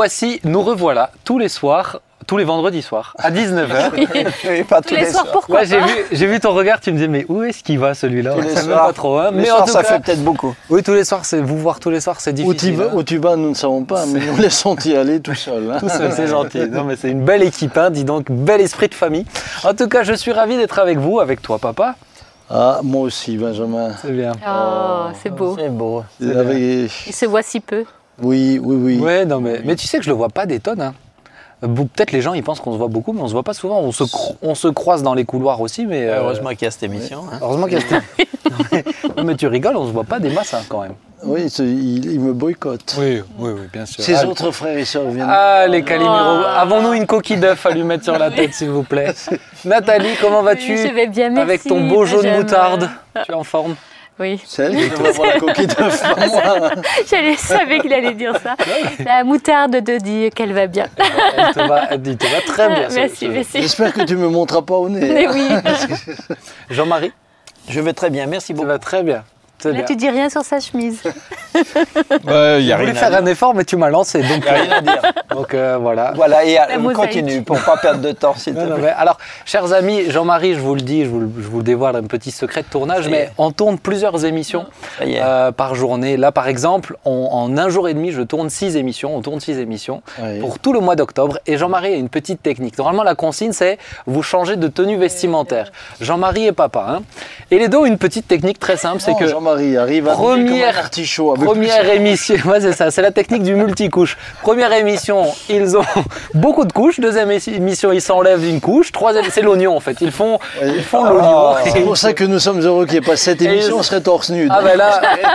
voici, nous revoilà tous les soirs, tous les vendredis soirs, à 19h. Et pas Tous les soirs, pourquoi Ouais, j'ai vu ton regard, tu me disais, mais où est-ce qu'il va celui-là? Tous les On savait soirs. pas trop. Hein. Mais Mais en en tout ça cas, fait peut-être beaucoup. oui, tous les soirs, vous voir tous les soirs, c'est difficile. Hein. Où tu vas, nous ne savons pas, mais nous laissons y aller tout seul. Hein. Tout seul, c'est gentil. Non, mais c'est une belle équipe, hein, dis donc, bel esprit de famille. En tout cas, je suis ravi d'être avec vous, avec toi, papa. Ah, moi aussi, Benjamin. C'est bien. Oh, c'est beau. C'est beau. Avec- Il se voit si peu. Oui. Ouais, non, mais tu sais que je le vois pas des tonnes. Hein. Peut-être les gens ils pensent qu'on se voit beaucoup, mais on se voit pas souvent. On se croise dans les couloirs aussi, mais Heureusement qu'il y a cette émission. Hein. heureusement qu'il y a non, mais tu rigoles, on se voit pas des masses hein, quand même. Oui, il me boycotte. Oui, bien sûr. Ses autres frères et sœurs viennent. Ah, les Calimero. Avons-nous une coquille d'œuf à lui mettre sur la tête, s'il vous plaît? Nathalie, comment vas-tu? Je vais bien, merci. Avec ton beau jaune Benjamin. moutarde, tu es en forme? Oui, C'est elle qui doit avoir la coquille d'œuf, pas moi. je savais qu'il allait dire ça. La moutarde de dit qu'elle va bien. Elle te va très bien. Merci. J'espère que tu me montreras pas au nez. Mais oui. Jean-Marie, Je vais très bien, merci tu beaucoup. vas très bien. C'est Là, bien. tu dis rien sur sa chemise. Il y Je voulais faire un effort, mais tu m'as lancé. Donc, rien à dire. donc voilà. Voilà, et mosaïque. continue pour pas perdre de temps, s'il te Non, non, plaît. mais alors, chers amis, Jean-Marie, je vous le dis, je vous le dévoile, un petit secret de tournage, Ça y mais est. on tourne plusieurs émissions Ça y est. par journée. Là, par exemple, en un jour et demi, je tourne 6 émissions. On tourne 6 émissions Oui. pour tout le mois d'octobre. Et Jean-Marie a une petite technique. Normalement, la consigne, c'est vous changez de tenue vestimentaire. Jean-Marie et papa. Hein. Et les deux ont une petite technique très simple, c'est Non, que Jean-Marie arrive à comme un artichaut. avec première émission, ouais, c'est ça, c'est la technique du multicouche. Première émission, ils ont beaucoup de couches. Deuxième émission, ils s'enlèvent une couche. Troisième, c'est l'oignon en fait. Ils font l'oignon. C'est pour ça que nous sommes heureux qu'il n'y ait pas cette émission, on serait torse nu. Ah ben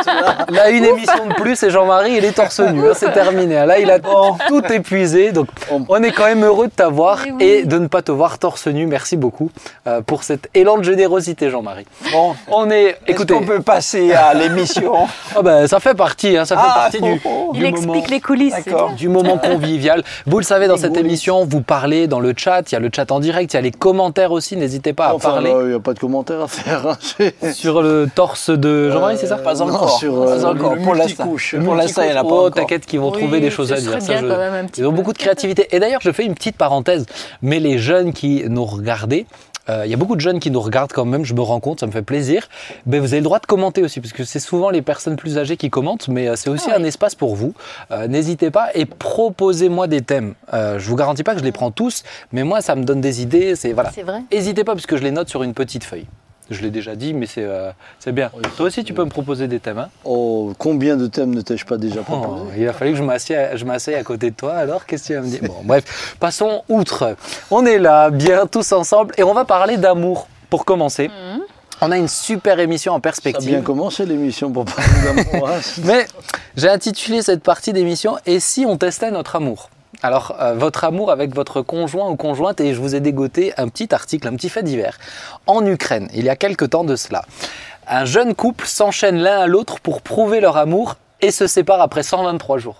là, une émission de plus et Jean-Marie, il est torse nu. Hein, c'est terminé. Là, il a tout épuisé. Donc, on est quand même heureux de t'avoir Oui, oui. et de ne pas te voir torse nu. Merci beaucoup pour cet élan de générosité, Jean-Marie. Bon, On est, écoutez, est-ce qu'on peut passer à l'émission? ah ben, ça fait partie, hein, ça fait partie du Il moment. explique les coulisses. c'est D'accord. bien. Du moment convivial. Vous le savez, dans cette coulisses. émission, vous parlez dans le chat, il y a le chat en direct, il y a les commentaires aussi, n'hésitez pas à Enfin, parler il n'y a pas de commentaire à faire. Hein. sur le torse de Jean-Marie, c'est ça? Pas Non, encore. sur, Pas encore. le Pour l'instant. multicouche. Pour l'instant, il n'y en a pas Oh, encore. t'inquiète qu'ils vont Oui, trouver des choses ce à dire. serait Ça, bien quand même un petit Ils ont peu. beaucoup de créativité. Et d'ailleurs, je fais une petite parenthèse, mais les jeunes qui nous regardaient, il y a beaucoup de jeunes qui nous regardent quand même, je me rends compte, ça me fait plaisir. Ben, vous avez le droit de commenter aussi, parce que c'est souvent les personnes plus âgées qui commentent, mais c'est aussi un espace pour vous. N'hésitez pas et proposez-moi des thèmes. Je vous garantis pas que je les prends tous, mais moi, ça me donne des idées. Voilà. C'est vrai. N'hésitez pas, parce que je les note sur une petite feuille. Je l'ai déjà dit, mais c'est bien. Oui, Toi aussi, tu peux me proposer des thèmes. Hein? Oh, combien de thèmes ne t'ai-je pas déjà Oh, proposé? il a fallu que je m'asseye à côté de toi, alors qu'est-ce que tu vas me dire? Bon, bref, passons outre. On est là, bien, tous ensemble, et on va parler d'amour. Pour commencer, on a une super émission en Ça a bien perspective. commencé l'émission pour parler d'amour. Hein. Mais j'ai intitulé cette partie d'émission « Et si on testait notre amour ?» Alors, votre amour avec votre conjoint ou conjointe, et je vous ai dégoté un petit article, un petit fait divers. En Ukraine, il y a quelque temps de cela, un jeune couple s'enchaîne l'un à l'autre pour prouver leur amour et se sépare après 123 jours.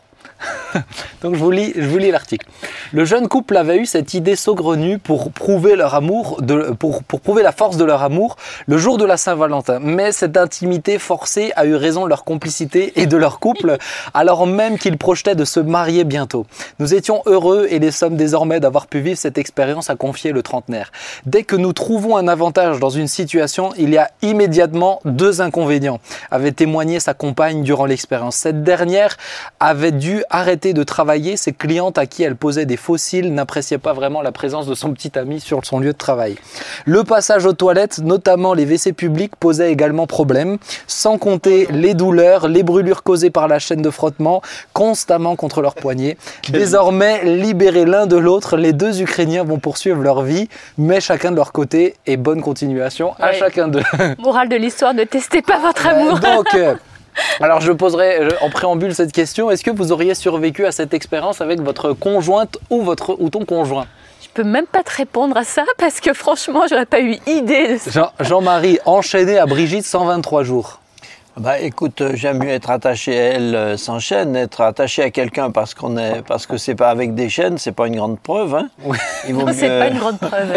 Donc je vous lis l'article. Le jeune couple avait eu cette idée saugrenue pour prouver leur amour, pour prouver la force de leur amour le jour de la Saint-Valentin. Mais cette intimité forcée a eu raison de leur complicité et de leur couple, alors même qu'ils projetaient de se marier bientôt. Nous étions heureux et les sommes désormais d'avoir pu vivre cette expérience, a confié le trentenaire. Dès que nous trouvons un avantage dans une situation, il y a immédiatement 2 inconvénients, avait témoigné sa compagne durant l'expérience. Cette dernière avait dû arrêter de travailler. Ses clientes à qui elle posait des fossiles n'appréciaient pas vraiment la présence de son petit ami sur son lieu de travail. Le passage aux toilettes, notamment les WC publics, posait également problème, sans compter les douleurs, les brûlures causées par la chaîne de frottement constamment contre leurs poignets. Désormais libérés l'un de l'autre, les 2 Ukrainiens vont poursuivre leur vie, mais chacun de leur côté, et bonne continuation à Ouais. chacun d'eux. Morale de l'histoire, ne testez pas votre amour. Donc, alors je poserai en préambule cette question. Est-ce que vous auriez survécu à cette expérience avec votre conjointe ou ton conjoint? Je peux même pas te répondre à ça parce que franchement, j'aurais pas eu idée de ça. Jean-Marie, enchaîné à Brigitte 123 jours. Bah écoute, j'aime mieux être attaché à elle sans chaîne, être attaché à quelqu'un parce que c'est pas avec des chaînes, c'est pas une grande preuve. Hein. Oui. Il vaut Non, c'est mieux- pas une grande preuve.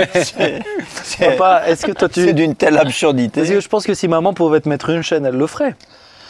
Papa, est-ce que toi C'est d'une telle absurdité. Parce que je pense que si maman pouvait te mettre une chaîne, elle le ferait.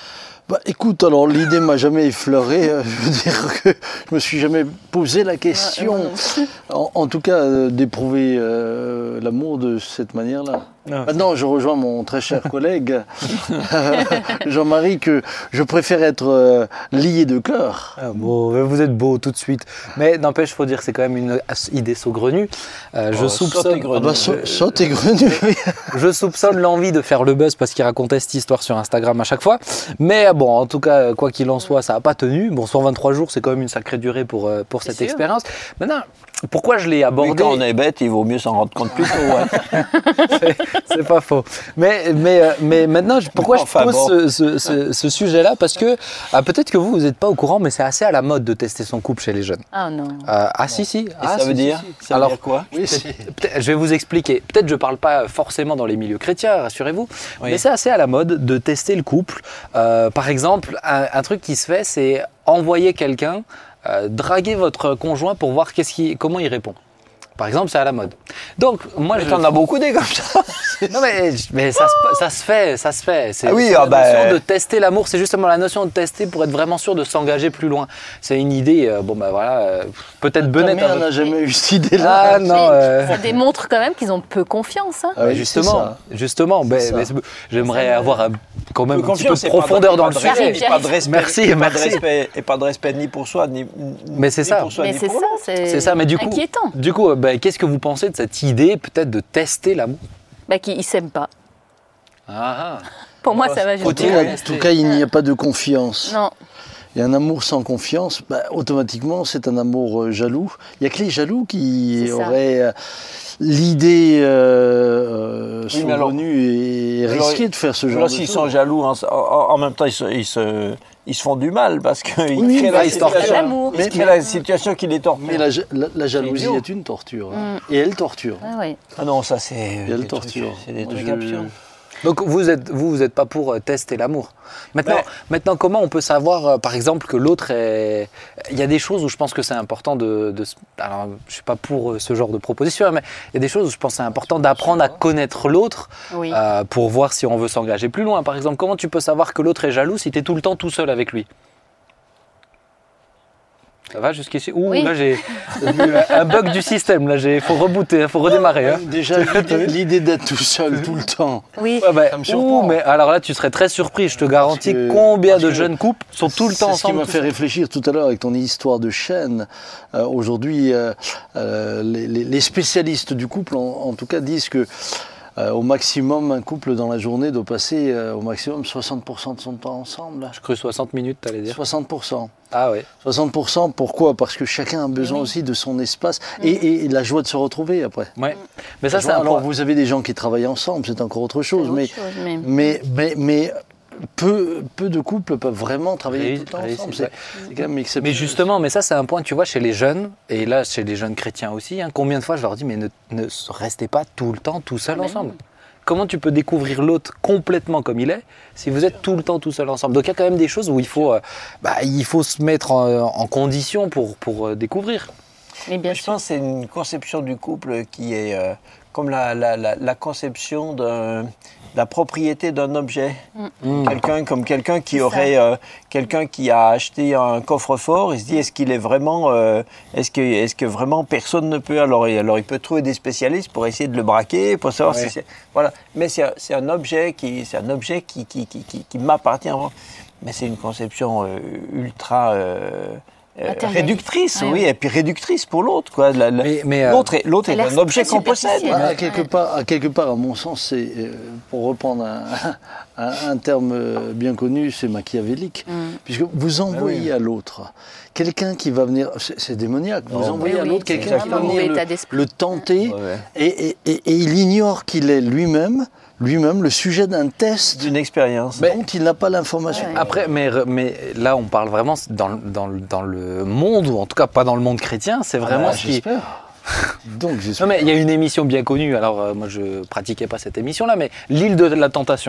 Écoute, alors l'idée m'a jamais effleuré. Je veux dire que je me suis jamais posé la question. En tout cas, d'éprouver l'amour de cette manière-là. Maintenant, je rejoins mon très cher collègue Jean-Marie, que je préfère être lié de cœur. Ah, bon, vous êtes beau tout de suite. Mais n'empêche, il faut dire que c'est quand même une idée saugrenue. Je soupçonne... Saute et grenu. Je soupçonne l'envie de faire le buzz parce qu'il racontait cette histoire sur Instagram à chaque fois. Mais bon, en tout cas, quoi qu'il en soit, ça n'a pas tenu. Bon, 123 jours, c'est quand même une sacrée durée pour cette expérience. Maintenant, pourquoi je l'ai abordé? Mais quand on est bête, il vaut mieux s'en rendre compte plus tôt. Ouais. C'est pas faux. Mais maintenant, pourquoi je pose ce sujet-là? Parce que peut-être que vous n'êtes pas au courant, mais c'est assez à la mode de tester son couple chez les jeunes. Ah non. Si. Et ça veut dire quoi? Oui, je vais vous expliquer. Peut-être je ne parle pas forcément dans les milieux chrétiens, rassurez-vous, mais c'est assez à la mode de tester le couple. Par exemple, un truc qui se fait, c'est envoyer quelqu'un draguer votre conjoint pour voir comment il répond. Par exemple, c'est à la mode. Donc, moi, t'en as beaucoup des comme ça. Non, mais ça se fait. C'est la notion de tester l'amour. C'est justement la notion de tester pour être vraiment sûr de s'engager plus loin. C'est une idée, peut-être benette. Ta mère n'a jamais eu cette idée-là. Ah non. Ça démontre quand même qu'ils ont peu confiance. Hein. Oui, justement. J'aimerais avoir quand même un petit peu de profondeur dans le sujet. Et pas de respect. Merci. Et pas de respect ni pour soi, ni mais c'est ça. pour soi, mais ni c'est pour ça, l'autre. c'est ça. Mais du coup, qu'est-ce que vous pensez de cette idée, peut-être, de tester l'amour? Qu'ils ne s'aiment pas. Ah. Pour moi, ça va juste. En tout cas, il n'y a pas de confiance. Non. Et un amour sans confiance, automatiquement, c'est un amour jaloux. Il n'y a que les jaloux qui auraient l'idée saugrenue et risquée de faire ce genre de choses. S'ils sont jaloux, en même temps, ils se font du mal parce qu'ils créent la situation qui les torture. Mais la jalousie est une torture. Et elle torture. Ah non, ça c'est des torture. C'est des trucs absurdes. Donc vous êtes pas pour tester l'amour. Maintenant, comment on peut savoir, par exemple, que l'autre est... Il y a des choses où je pense que c'est important Alors, je suis pas pour ce genre de proposition, mais il y a des choses où je pense que c'est important d'apprendre à connaître l'autre pour voir si on veut s'engager plus loin. Par exemple, comment tu peux savoir que l'autre est jaloux si tu es tout le temps tout seul avec lui? Ça va jusqu'ici? Là j'ai un bug du système, là il faut rebooter, il faut redémarrer. Déjà l'idée d'être tout seul tout le temps. Oui. Ça me surprend. Mais alors là tu serais très surpris, je te garantis combien de jeunes couples sont tout le temps ensemble. C'est ce qui m'a fait réfléchir tout à l'heure avec ton histoire de chaîne. Aujourd'hui, les spécialistes du couple en tout cas disent que au maximum, un couple dans la journée doit passer au maximum 60% de son temps ensemble. Je crus 60 minutes, t'allais dire. 60%. Ah oui. 60%, pourquoi? Parce que chacun a besoin aussi de son espace et la joie de se retrouver après. Ouais. Mais ça, c'est alors vous avez des gens qui travaillent ensemble, c'est encore autre chose. Mais peu de couples peuvent vraiment travailler tout le temps ensemble. C'est quand même exceptionnel. Mais justement, ça c'est un point, tu vois, chez les jeunes, et là chez les jeunes chrétiens aussi, combien de fois je leur dis, mais ne restez pas tout le temps tout seul ensemble. Comment tu peux découvrir l'autre complètement comme il est si vous êtes tout le temps tout seul ensemble? Donc il y a quand même des choses où il faut se mettre en condition pour découvrir. Mais bien sûr. Je pense que c'est une conception du couple qui est comme la conception de la propriété d'un objet. Quelqu'un qui aurait quelqu'un qui a acheté un coffre-fort, il se dit est-ce qu'il est vraiment est-ce que vraiment personne ne peut alors il peut trouver des spécialistes pour essayer de le braquer pour savoir si c'est mais c'est un objet qui m'appartient, mais c'est une conception ultra réductrice, et puis réductrice pour l'autre, quoi. L'autre est un objet qu'on possède. Quelque part, à mon sens, c'est, pour reprendre un terme bien connu, c'est machiavélique, puisque vous envoyez à l'autre quelqu'un qui va venir, c'est démoniaque, vous envoyez à l'autre quelqu'un qui va venir le tenter, et il ignore qu'il est lui-même le sujet d'un test, d'une expérience dont il n'a pas l'information. Après, mais là, on parle vraiment dans le monde, ou en tout cas pas dans le monde chrétien, c'est vraiment ce qui... J'espère. Donc, j'espère. Non, mais il y a une émission bien connue, alors moi je pratiquais pas cette émission-là, mais l'île de la tentation.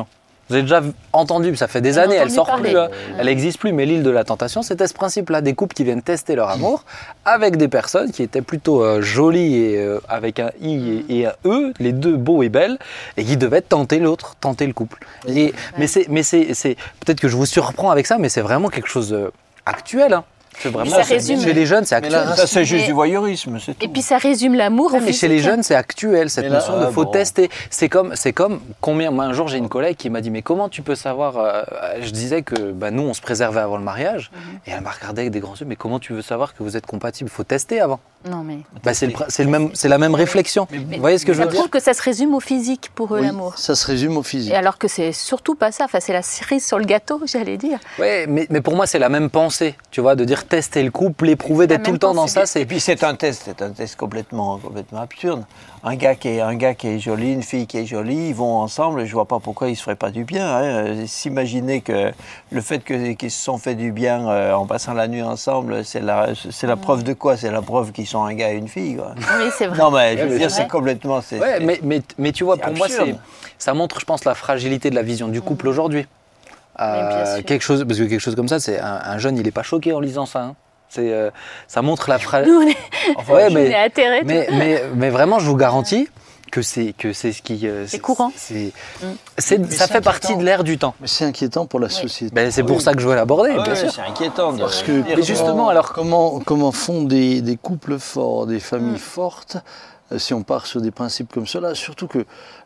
Vous avez déjà entendu, ça fait des On a années, elle entendu sort parler. plus, hein. Elle n'existe plus, mais l'île de la Tentation, c'était ce principe-là, des couples qui viennent tester leur amour avec des personnes qui étaient plutôt jolies et avec un I et un E, les deux beaux et belles, et qui devaient tenter l'autre, tenter le couple. Mais c'est peut-être que je vous surprends avec ça, mais c'est vraiment quelque chose actuel. Hein. C'est vraiment, ça résume- chez les jeunes, c'est actuel. Ça, c'est juste Mais- du voyeurisme, c'est tout. Et puis ça résume l'amour. Ouais, au mais chez les physique. jeunes, c'est actuel, cette Mais là, notion de faut bon. tester. C'est comme combien. Moi, un jour, j'ai une collègue qui m'a dit mais comment tu peux savoir je disais que nous, on se préservait avant le mariage, et elle m'a regardé avec des grands yeux. Mais comment tu veux savoir que vous êtes compatibles? Il faut tester avant. Non, mais. C'est la même réflexion. Vous voyez ce que je Ça veux dire? prouve que ça se résume au physique pour eux, Oui, l'amour. ça se résume au physique. Et alors que c'est surtout pas ça. Enfin, c'est la cerise sur le gâteau, j'allais dire. Oui, mais pour moi, c'est la même pensée, tu vois, de dire tester le couple, l'éprouver, d'être La tout même le temps dans pensée. ça. Et puis c'est un test complètement absurde. Un gars qui est joli, une fille qui est jolie, ils vont ensemble, je vois pas pourquoi ils se feraient pas du bien. Hein. S'imaginer que le fait qu'ils se sont fait du bien en passant la nuit ensemble, c'est la preuve de quoi? C'est la preuve qu'ils sont un gars et une fille. Quoi. Oui, c'est vrai. Non mais je veux mais dire, c'est c'est vrai. complètement... Ouais, mais tu vois, c'est pour moi, absurde. ça montre, je pense, la fragilité de la vision du couple aujourd'hui. bien sûr. Quelque chose comme ça, c'est un jeune, il n'est pas choqué en lisant ça. Hein. Ça montre la Nous, fragilité. on est, Ouais, on est atterrés. mais vraiment, je vous garantis que c'est ce qui. C'est courant. Ça c'est fait partie inquiétant. de l'air du temps. Mais c'est inquiétant pour la société. Ben, c'est pour ça que je veux l'aborder, Ah bien ouais, sûr. c'est inquiétant. Parce que Mais justement, alors- comment font des couples forts, des familles fortes, si on part sur des principes comme cela, surtout que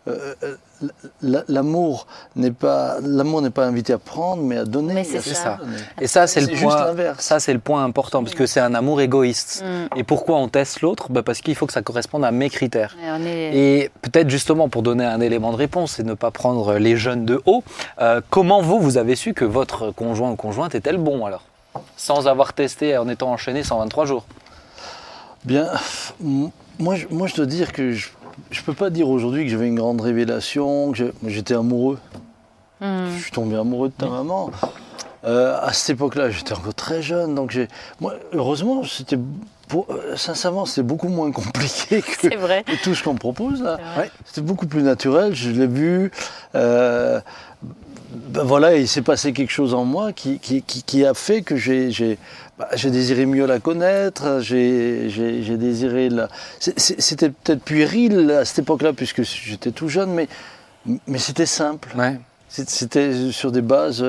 l'amour n'est pas invité à prendre, mais à donner. Mais c'est C'est ça. ça. Et ça, c'est le C'est juste point. l'inverse. Ça, c'est le point important parce que c'est un amour égoïste. Et pourquoi on teste l'autre? Parce qu'il faut que ça corresponde à mes critères. Ouais, on est... Et peut-être justement pour donner un élément de réponse et ne pas prendre les jeunes de haut, comment vous avez su que votre conjoint ou conjointe était le bon alors? Sans avoir testé en étant enchaîné 123 jours. Bien, moi je dois dire que je ne peux pas dire aujourd'hui que j'avais une grande révélation, que j'étais amoureux. Je suis tombé amoureux de ta maman. À cette époque-là, j'étais encore très jeune, donc heureusement, sincèrement, c'était beaucoup moins compliqué que, C'est vrai. que tout ce qu'on me propose là. C'est vrai. C'était beaucoup plus naturel, je l'ai vu. Voilà, il s'est passé quelque chose en moi qui a fait que j'ai désiré mieux la connaître, j'ai désiré C'était peut-être puéril à cette époque-là, puisque j'étais tout jeune, mais c'était simple. Ouais. C'était sur des bases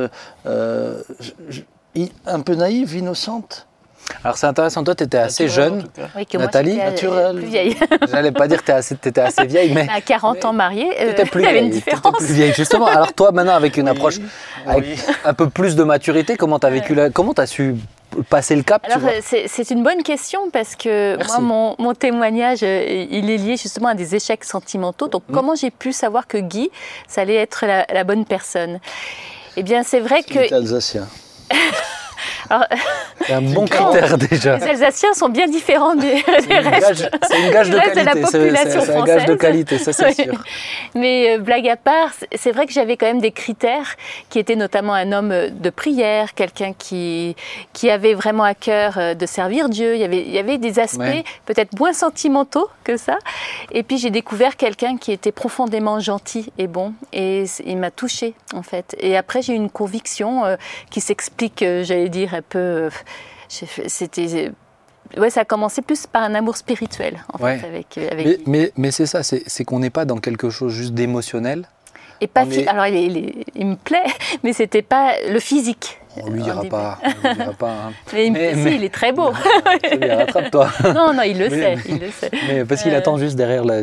un peu naïves, innocentes. Alors c'est intéressant, toi tu étais assez jeune. Oui, que moi, Nathalie, j'étais, naturel. plus vieille. J'allais pas dire que tu étais assez vieille, mais À 40 ans mariée, t'étais plus il y avait une vieille. T'étais différence. plus vieille, justement. Alors toi maintenant avec une approche, avec un peu plus de maturité, comment tu as vécu comment tu as su passer le cap? Alors, tu vois c'est une bonne question parce que Merci. moi, mon témoignage, il est lié justement à des échecs sentimentaux. Donc, comment j'ai pu savoir que Guy, ça allait être la bonne personne? Eh bien, c'est vrai Il était que... alsacien. Alors, C'est un bon critère déjà. les Alsaciens sont bien différents des restes. C'est une gage de Le reste de la qualité. population C'est un gage de française. qualité, ça c'est Oui. sûr. Mais blague à part, c'est vrai que j'avais quand même des critères qui étaient notamment un homme de prière, quelqu'un qui avait vraiment à cœur de servir Dieu. Il y avait des aspects Ouais. peut-être moins sentimentaux que ça. Et puis j'ai découvert quelqu'un qui était profondément gentil et bon. Et il m'a touchée en fait. Et après j'ai eu une conviction qui s'explique, j'allais dire, un peu... C'était... Ouais, ça a commencé plus par un amour spirituel, en Ouais. fait, avec Mais c'est ça, c'est qu'on n'est pas dans quelque chose juste d'émotionnel. Et pas On est- Alors, il me plaît, mais c'était pas le physique. On lui dira début. pas. On lui dira pas hein. Mais, Mais- il est très beau. C'est bien, rattrape-toi. Non, il le Mais- sait, il le sait. Mais parce qu'il attend juste derrière la.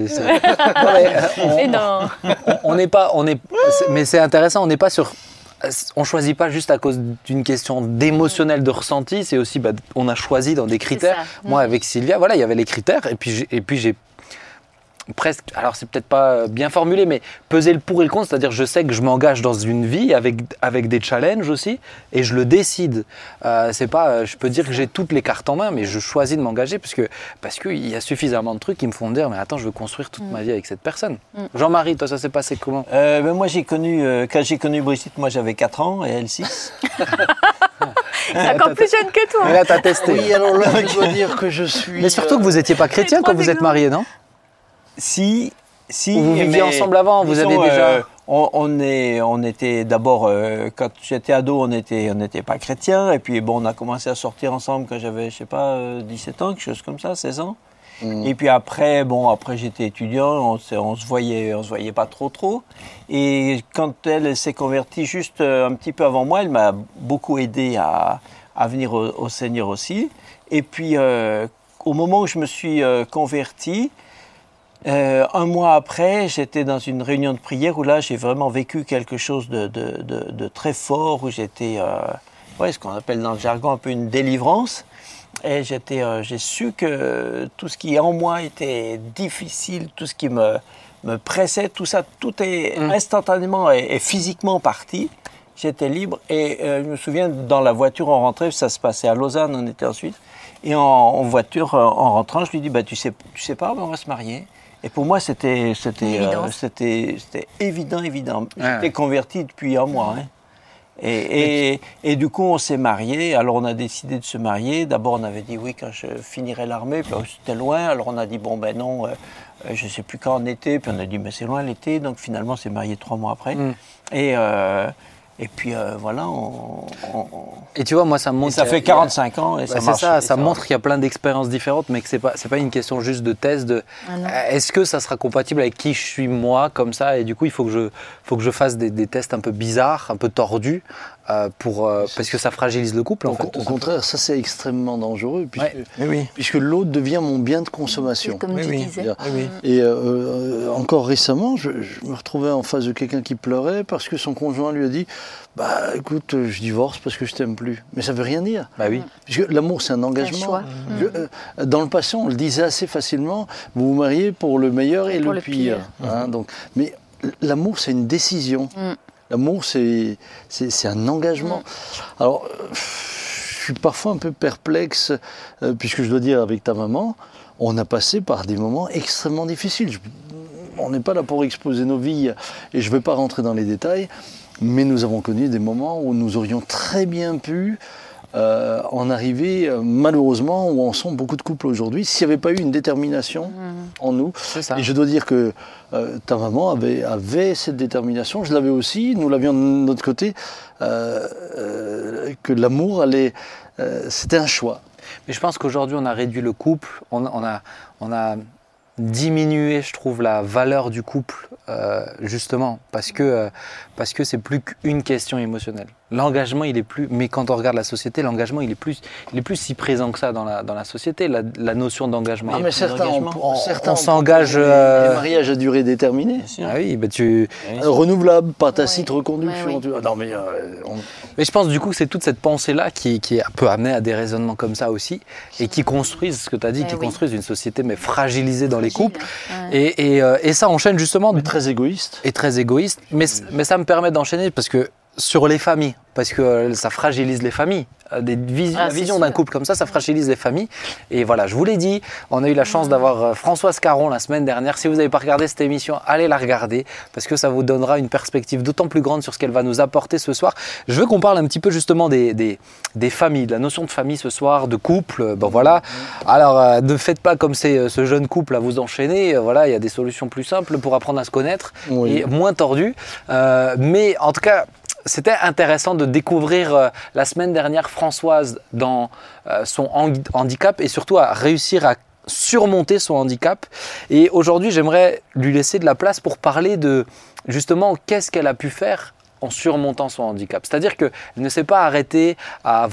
Mais non. On n'est pas. Mais c'est intéressant, on n'est pas sur. On choisit pas juste à cause d'une question d'émotionnel, de ressenti. C'est aussi, on a choisi dans des critères. ça. Moi, avec Sylvia, voilà, il y avait les critères. Et puis j'ai presque, alors c'est peut-être pas bien formulé, mais peser le pour et le contre, c'est-à-dire je sais que je m'engage dans une vie avec des challenges aussi, et je le décide. C'est pas, je peux dire que j'ai toutes les cartes en main, mais je choisis de m'engager parce qu'il y a suffisamment de trucs qui me font dire, mais attends, je veux construire toute ma vie avec cette personne. Jean-Marie, toi, ça s'est passé comment? Moi, quand j'ai connu Brigitte, moi j'avais 4 ans et elle 6. Encore plus jeune que toi. Mais là, t'as testé. Oui, alors là, je dois dire que je suis... Mais surtout que vous n'étiez pas chrétien Les quand trois vous êtes mariés, non? Si, Ou vous viviez mais ensemble avant, vous disons, avez déjà- on était d'abord, quand j'étais ado, on n'était pas chrétiens. Et puis, bon, on a commencé à sortir ensemble quand j'avais, je sais pas, 17 ans, quelque chose comme ça, 16 ans. Et puis après, j'étais étudiant, on se voyait pas trop. Et quand elle s'est convertie juste un petit peu avant moi, elle m'a beaucoup aidé à venir au Seigneur aussi. Et puis, au moment où je me suis converti, un mois après, j'étais dans une réunion de prière où là, j'ai vraiment vécu quelque chose de très fort, où j'étais, ce qu'on appelle dans le jargon un peu une délivrance. Et j'ai su que tout ce qui en moi était difficile, tout ce qui me pressait, tout ça, tout est instantanément et physiquement parti. J'étais libre et je me souviens, dans la voiture, on rentrait, ça se passait à Lausanne, on était ensuite. Et en voiture, en rentrant, je lui dis, tu sais pas, on va se marier. Et pour moi, c'était évident. J'étais converti depuis un mois. Hein. Et du coup, on s'est mariés. Alors, on a décidé de se marier. D'abord, on avait dit oui quand je finirais l'armée. Puis, c'était loin. Alors, on a dit non, je ne sais plus quand en été. Puis, on a dit c'est loin l'été. Donc, finalement, on s'est mariés 3 mois après. Et puis, voilà. Et tu vois, moi, ça me montre. Ça fait 45 ans et ça marche. C'est ça, ça montre qu'il y a plein d'expériences différentes, mais que c'est pas une question juste de thèse. Est-ce que ça sera compatible avec qui je suis moi, comme ça. Et du coup, il faut que je fasse des tests un peu bizarres, un peu tordus. Parce que ça fragilise le couple. Au contraire, ça c'est extrêmement dangereux puisque l'autre devient mon bien de consommation. Comme tu disais. Et encore récemment, je me retrouvais en face de quelqu'un qui pleurait parce que son conjoint lui a dit écoute, je divorce parce que je t'aime plus. Mais ça veut rien dire. Puisque l'amour c'est un engagement. Dans le passé, on le disait assez facilement, vous vous mariez pour le meilleur et le pire. Hein, mais l'amour c'est une décision. L'amour, c'est un engagement. Alors, je suis parfois un peu perplexe, puisque je dois dire, avec ta maman, on a passé par des moments extrêmement difficiles. On n'est pas là pour exposer nos vies, et je ne vais pas rentrer dans les détails, mais nous avons connu des moments où nous aurions très bien pu en arriver, malheureusement, où en sont beaucoup de couples aujourd'hui, s'il n'y avait pas eu une détermination en nous. Et je dois dire que ta maman avait cette détermination, je l'avais aussi, nous l'avions de notre côté, que l'amour allait... c'était un choix. Mais je pense qu'aujourd'hui, on a réduit le couple, on a diminué, je trouve, la valeur du couple, justement, parce que c'est plus qu'une question émotionnelle. L'engagement, il est plus, mais quand on regarde la société, l'engagement, il est plus si présent que ça dans la société, la notion d'engagement. Ah, mais certains on s'engage. Les mariages à durée déterminée. Ah oui, renouvelable, pas tacite reconduction. Non, mais je pense du coup que c'est toute cette pensée-là qui peut amener à des raisonnements comme ça aussi, et qui construisent, ce que tu as dit, construisent une société mais fragilisée dans les couples. Et ça enchaîne justement. Très égoïste. Et très égoïste. Mais ça me permet d'enchaîner parce que sur les familles, parce que ça fragilise les familles. La vision d'un couple comme ça fragilise les familles. Et voilà, je vous l'ai dit, on a eu la chance d'avoir Françoise Caron la semaine dernière. Si vous n'avez pas regardé cette émission, allez la regarder, parce que ça vous donnera une perspective d'autant plus grande sur ce qu'elle va nous apporter ce soir. Je veux qu'on parle un petit peu justement des familles, de la notion de famille ce soir, de couple. Voilà. Alors, ne faites pas comme ce jeune couple à vous enchaîner. Voilà, il y a des solutions plus simples pour apprendre à se connaître et moins tordues. Mais en tout cas, c'était intéressant de découvrir la semaine dernière Françoise dans son handicap et surtout à réussir à surmonter son handicap. Et aujourd'hui, j'aimerais lui laisser de la place pour parler de justement qu'est-ce qu'elle a pu faire en surmontant son handicap. C'est-à-dire qu'elle ne s'est pas arrêtée à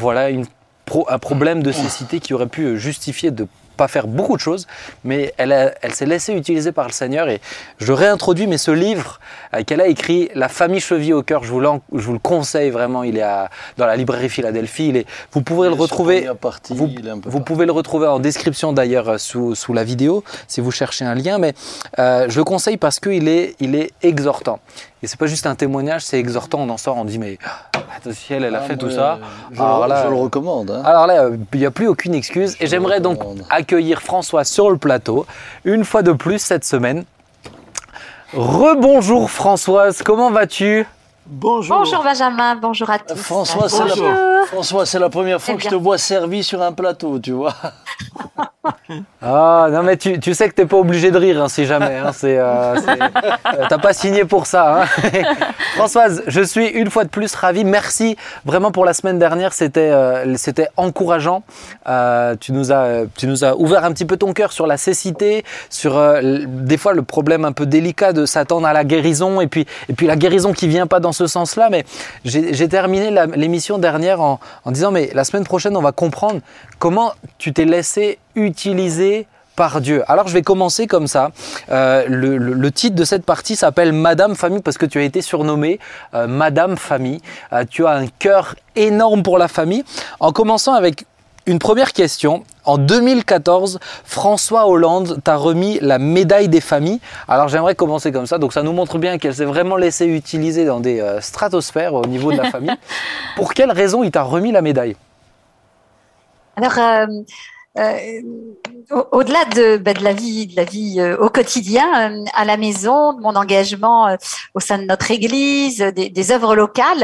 un problème de cécité qui aurait pu justifier de pas faire beaucoup de choses, mais elle s'est laissée utiliser par le Seigneur. Et je réintroduis, mais ce livre qu'elle a écrit, La famille chevillée au cœur, je vous le conseille vraiment. Il est dans la librairie Philadelphie. Vous pouvez le retrouver. Vous pouvez le retrouver en description d'ailleurs sous la vidéo si vous cherchez un lien. Mais je le conseille parce qu'il est exhortant. Et c'est pas juste un témoignage, c'est exhortant. On en sort, on dit mais si elle a fait tout ça. Je le recommande. Hein. Alors là, il n'y a plus aucune excuse. Et j'aimerais donc accueillir Françoise sur le plateau, une fois de plus cette semaine. Rebonjour Françoise, comment vas-tu ? Bonjour. Bonjour Benjamin, bonjour à tous. François, c'est la première fois que je te vois servi sur un plateau, tu vois. Ah, non, mais tu sais que t'es pas obligé de rire, hein, si jamais. Hein, t'as pas signé pour ça. Hein. Françoise, je suis une fois de plus ravi. Merci vraiment pour la semaine dernière. C'était encourageant. Tu nous as ouvert un petit peu ton cœur sur la cécité, sur des fois le problème un peu délicat de s'attendre à la guérison et puis la guérison qui vient pas dans ce sens-là. Mais j'ai terminé l'émission dernière en disant mais la semaine prochaine on va comprendre comment tu t'es laissé utiliser par Dieu. Alors je vais commencer comme ça. Le titre de cette partie s'appelle Madame Famille parce que tu as été surnommée Madame Famille. Tu as un cœur énorme pour la famille. En commençant avec une première question. En 2014, François Hollande t'a remis la médaille des familles. Alors j'aimerais commencer comme ça. Donc ça nous montre bien qu'elle s'est vraiment laissée utiliser dans des stratosphères au niveau de la famille. Pour quelle raison il t'a remis la médaille ? Alors, au-delà de la vie au quotidien, à la maison, de mon engagement au sein de notre Église, des œuvres locales,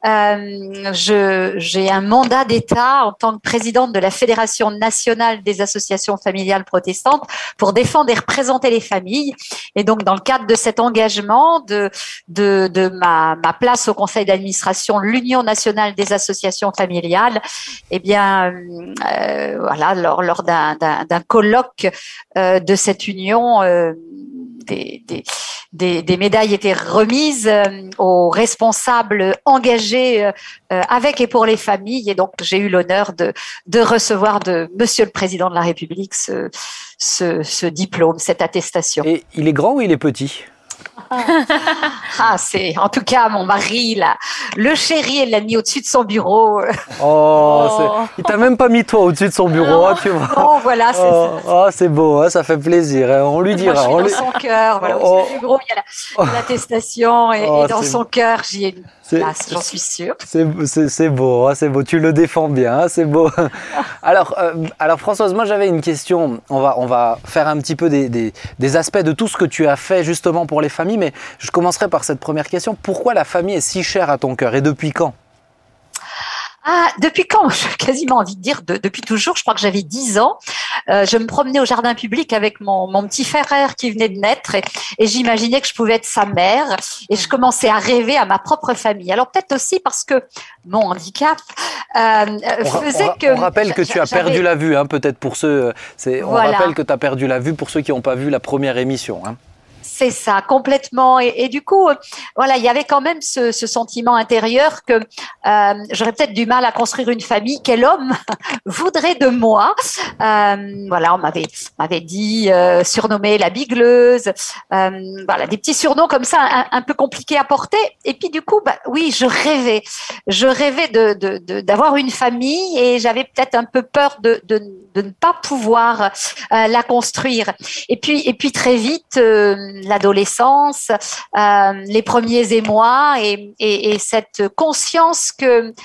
j'ai un mandat d'État en tant que présidente de la Fédération nationale des associations familiales protestantes pour défendre et représenter les familles. Et donc, dans le cadre de cet engagement, de ma place au conseil d'administration, l'Union nationale des associations familiales, eh bien, voilà, lors d'un colloque de cette union, des médailles étaient remises aux responsables engagés avec et pour les familles. Et donc, j'ai eu l'honneur de recevoir de Monsieur le Président de la République ce diplôme, cette attestation. Et il est grand ou il est petit ? C'est en tout cas mon mari, le chéri, elle l'a mis au-dessus de son bureau. Il t'a même pas mis toi au-dessus de son bureau, hein, tu vois. Oh, voilà, c'est ça. C'est beau, hein, ça fait plaisir. Hein, on lui dira. Moi, je suis dans son cœur. Voilà, au-dessus du bureau, il y a l'attestation et dans son cœur, j'y ai une place, j'en suis sûre. C'est beau, hein, c'est beau. Tu le défends bien, hein, c'est beau. Alors Françoise, moi j'avais une question. On va faire un petit peu des aspects de tout ce que tu as fait justement pour les familles, mais je commencerai par cette première question. Pourquoi la famille est si chère à ton cœur et depuis quand ? Depuis quand ? J'ai quasiment envie de dire depuis toujours. Je crois que j'avais 10 ans. Je me promenais au jardin public avec mon petit frère qui venait de naître et j'imaginais que je pouvais être sa mère et je commençais à rêver à ma propre famille. Alors peut-être aussi parce que mon handicap faisait que... On rappelle que tu as perdu la vue, hein, peut-être pour ceux... rappelle que tu as perdu la vue pour ceux qui n'ont pas vu la première émission, hein. C'est ça, complètement. Et du coup, voilà, il y avait quand même ce sentiment intérieur que j'aurais peut-être du mal à construire une famille. Quel homme voudrait de moi ? Voilà, on m'avait dit surnommée la bigleuse. Voilà, des petits surnoms comme ça, un peu compliqués à porter. Et puis du coup, oui, je rêvais d'avoir une famille et j'avais peut-être un peu peur de ne pas pouvoir la construire. Et puis très vite. L'adolescence, les premiers émois et cette conscience que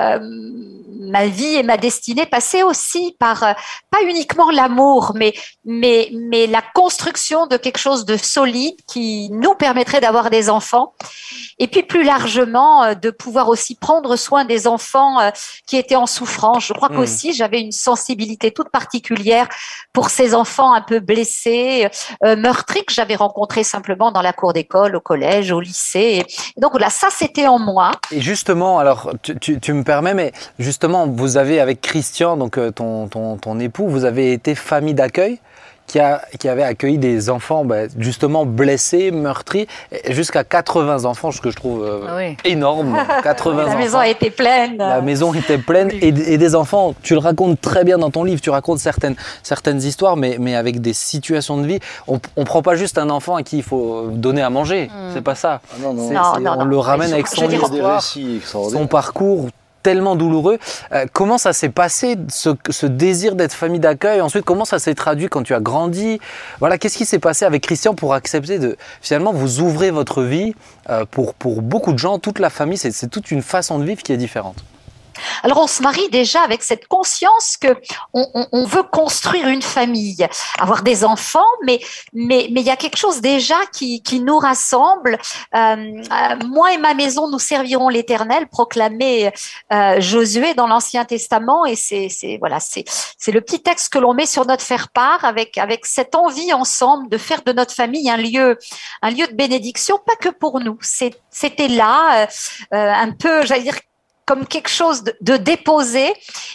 ma vie et ma destinée passaient aussi par pas uniquement l'amour, mais la construction de quelque chose de solide qui nous permettrait d'avoir des enfants et puis plus largement de pouvoir aussi prendre soin des enfants qui étaient en souffrance. Je crois qu'aussi j'avais une sensibilité toute particulière pour ces enfants un peu blessés, meurtris que j'avais rencontrés simplement dans la cour d'école, au collège, au lycée. Et donc voilà, ça c'était en moi. Et justement, alors tu me permets, mais justement, vous avez avec Christian, donc ton époux, vous avez été famille d'accueil qui avait accueilli des enfants justement blessés, meurtris, jusqu'à 80 enfants, ce que je trouve énorme. 80 La maison était pleine. La maison était pleine et des enfants, tu le racontes très bien dans ton livre, tu racontes certaines histoires, mais avec des situations de vie. On ne prend pas juste un enfant à qui il faut donner à manger, c'est pas ça. Non. On le ramène avec son histoire, son parcours tellement douloureux. Comment ça s'est passé, ce désir d'être famille d'accueil ? Ensuite, comment ça s'est traduit quand tu as grandi ? Voilà, qu'est-ce qui s'est passé avec Christian pour accepter finalement, vous ouvrez votre vie pour beaucoup de gens, toute la famille, c'est toute une façon de vivre qui est différente. Alors on se marie déjà avec cette conscience que on veut construire une famille, avoir des enfants, mais il y a quelque chose déjà qui nous rassemble. Moi et ma maison, nous servirons l'Éternel, proclamait Josué dans l'Ancien Testament, et c'est le petit texte que l'on met sur notre faire-part avec cette envie ensemble de faire de notre famille un lieu de bénédiction, pas que pour nous. C'était là un peu, j'allais dire, comme quelque chose de déposé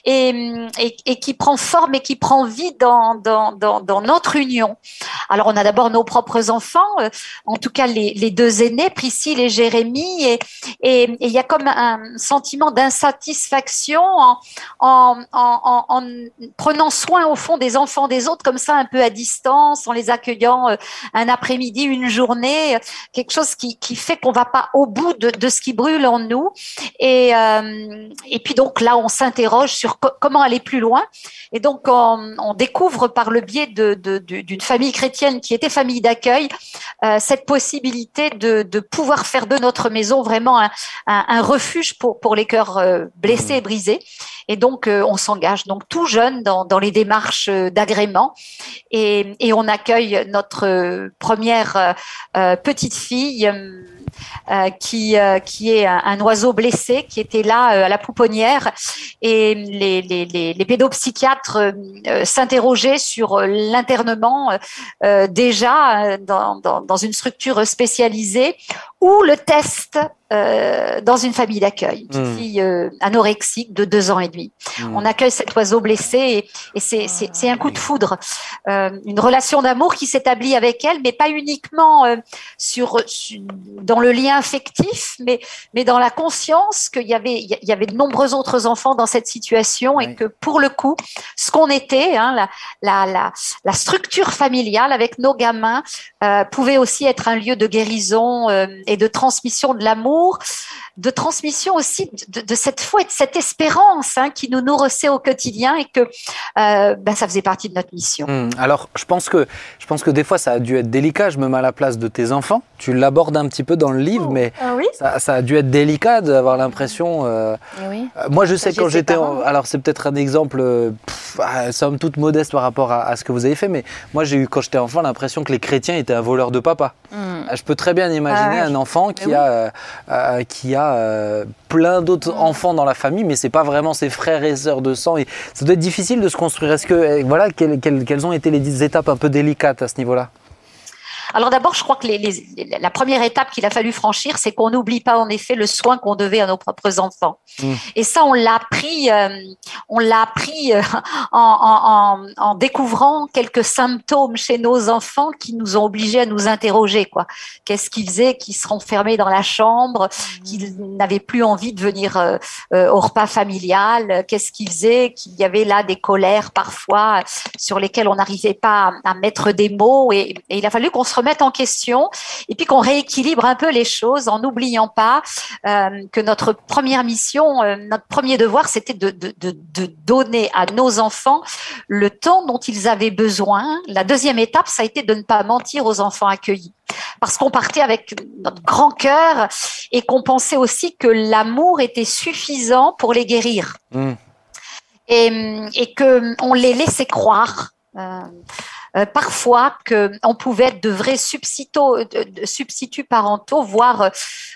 et qui prend forme et qui prend vie dans notre union. Alors, on a d'abord nos propres enfants, en tout cas les deux aînés, Priscille et Jérémie, et il y a comme un sentiment d'insatisfaction en prenant soin, au fond, des enfants des autres, comme ça, un peu à distance, en les accueillant un après-midi, une journée, quelque chose qui fait qu'on va pas au bout de ce qui brûle en nous. Et puis donc là, on s'interroge sur comment aller plus loin. Et donc, on découvre par le biais d'une famille chrétienne qui était famille d'accueil cette possibilité de pouvoir faire de notre maison vraiment un refuge pour les cœurs blessés et brisés. Et donc, on s'engage donc tout jeune dans les démarches d'agrément et on accueille notre première petite fille qui est un oiseau blessé qui était là à la pouponnière, et les pédopsychiatres s'interrogeaient sur l'internement déjà dans une structure spécialisée, ou le test dans une famille d'accueil, une fille anorexique de 2 ans et demi. On accueille cet oiseau blessé et c'est un coup de foudre, une relation d'amour qui s'établit avec elle, mais pas uniquement dans le lien affectif, mais dans la conscience qu'il y avait de nombreux autres enfants dans cette situation, et que pour le coup, ce qu'on était, la structure familiale avec nos gamins pouvait aussi être un lieu de guérison et de transmission de l'amour, de transmission aussi de cette foi et de cette espérance qui nous nourrissait au quotidien, et que ça faisait partie de notre mission. Alors, je pense que des fois, ça a dû être délicat. Je me mets à la place de tes enfants. Tu l'abordes un petit peu dans le livre, mais oui. ça a dû être délicat d'avoir l'impression... Oui. Moi, je sais quand j'étais... Alors, c'est peut-être un exemple, somme toute modeste par rapport à ce que vous avez fait, mais moi, j'ai eu, quand j'étais enfant, l'impression que les chrétiens étaient un voleur de papa. Je peux très bien imaginer un enfant qui a plein d'autres enfants dans la famille, mais c'est pas vraiment ses frères et sœurs de sang. Et ça doit être difficile de se construire. Est-ce que quelles ont été les étapes un peu délicates à ce niveau-là? Alors d'abord, je crois que la première étape qu'il a fallu franchir, c'est qu'on n'oublie pas en effet le soin qu'on devait à nos propres enfants. Et ça, on l'a appris en découvrant quelques symptômes chez nos enfants qui nous ont obligés à nous interroger, quoi. Qu'est-ce qu'ils faisaient, qu'ils se renfermaient dans la chambre, qu'ils n'avaient plus envie de venir au repas familial, qu'est-ce qu'ils faisaient, qu'il y avait là des colères parfois sur lesquelles on n'arrivait pas à mettre des mots, et il a fallu qu'on se remette en question, et puis qu'on rééquilibre un peu les choses en n'oubliant pas que notre première mission, notre premier devoir, c'était de donner à nos enfants le temps dont ils avaient besoin. La deuxième étape, ça a été de ne pas mentir aux enfants accueillis, parce qu'on partait avec notre grand cœur et qu'on pensait aussi que l'amour était suffisant pour les guérir, et que on les laissait croire parfois qu'on pouvait être de vrais substituts parentaux, voire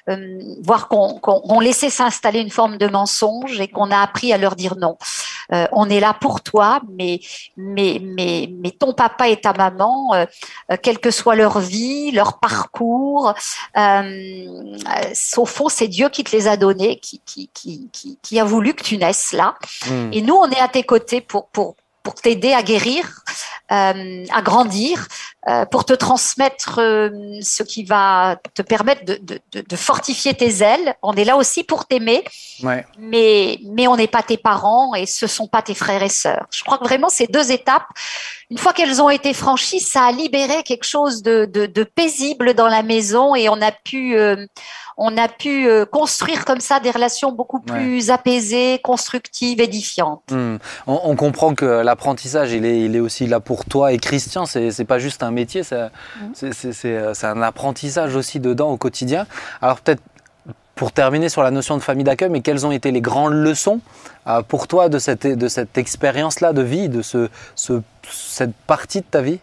qu'on laissait s'installer une forme de mensonge, et qu'on a appris à leur dire non. On est là pour toi, mais ton papa et ta maman, quelle que soit leur vie, leur parcours, au fond, c'est Dieu qui te les a donnés, qui a voulu que tu naisses là. Et nous, on est à tes côtés pour t'aider à guérir, à grandir, pour te transmettre ce qui va te permettre de fortifier tes ailes. On est là aussi pour t'aimer, mais on n'est pas tes parents, et ce sont pas tes frères et sœurs. Je crois que vraiment ces deux étapes, une fois qu'elles ont été franchies, ça a libéré quelque chose de paisible dans la maison, et on a pu construire comme ça des relations beaucoup plus apaisées, constructives, édifiantes. On comprend que l'apprentissage, il est aussi là pour toi et Christian. C'est pas juste un métier, c'est un apprentissage aussi dedans au quotidien. Alors peut-être pour terminer sur la notion de famille d'accueil, mais quelles ont été les grandes leçons pour toi de cette expérience-là de vie, de cette partie de ta vie?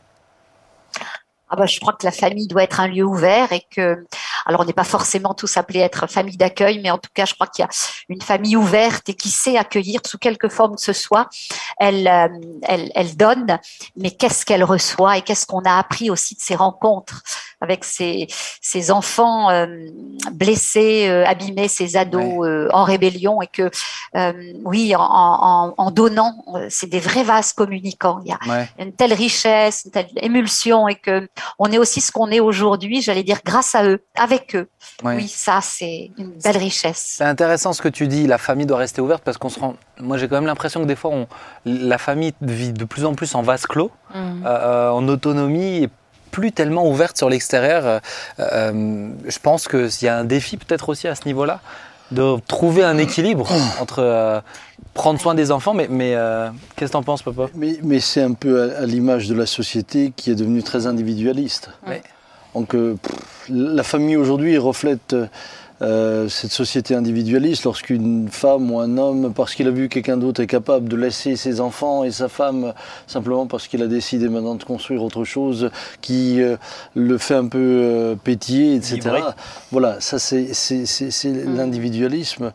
Je crois que la famille doit être un lieu ouvert et que, alors on n'est pas forcément tous appelés à être famille d'accueil, mais en tout cas, je crois qu'il y a une famille ouverte et qui sait accueillir sous quelque forme que ce soit. Elle donne, mais qu'est-ce qu'elle reçoit et qu'est-ce qu'on a appris aussi de ces rencontres avec ces enfants blessés, abîmés, ces ados en rébellion et que, oui, en donnant, c'est des vrais vases communicants. Il y a une telle richesse, une telle émulsion et que on est aussi ce qu'on est aujourd'hui, j'allais dire, grâce à eux, avec eux. Oui, ça, c'est une belle richesse. C'est intéressant ce que tu dis, la famille doit rester ouverte parce qu'on se rend... Moi, j'ai quand même l'impression que des fois, la famille vit de plus en plus en vase clos, en autonomie et plus tellement ouverte sur l'extérieur. Je pense qu'il y a un défi peut-être aussi à ce niveau-là, de trouver un équilibre entre prendre soin des enfants, mais qu'est-ce que tu en penses, papa? Mais c'est un peu à l'image de la société qui est devenue très individualiste. Oui. Donc la famille aujourd'hui reflète cette société individualiste. Lorsqu'une femme ou un homme, parce qu'il a vu quelqu'un d'autre, est capable de laisser ses enfants et sa femme, simplement parce qu'il a décidé maintenant de construire autre chose qui le fait un peu pétiller, etc. Vibrer. Voilà, ça c'est l'individualisme.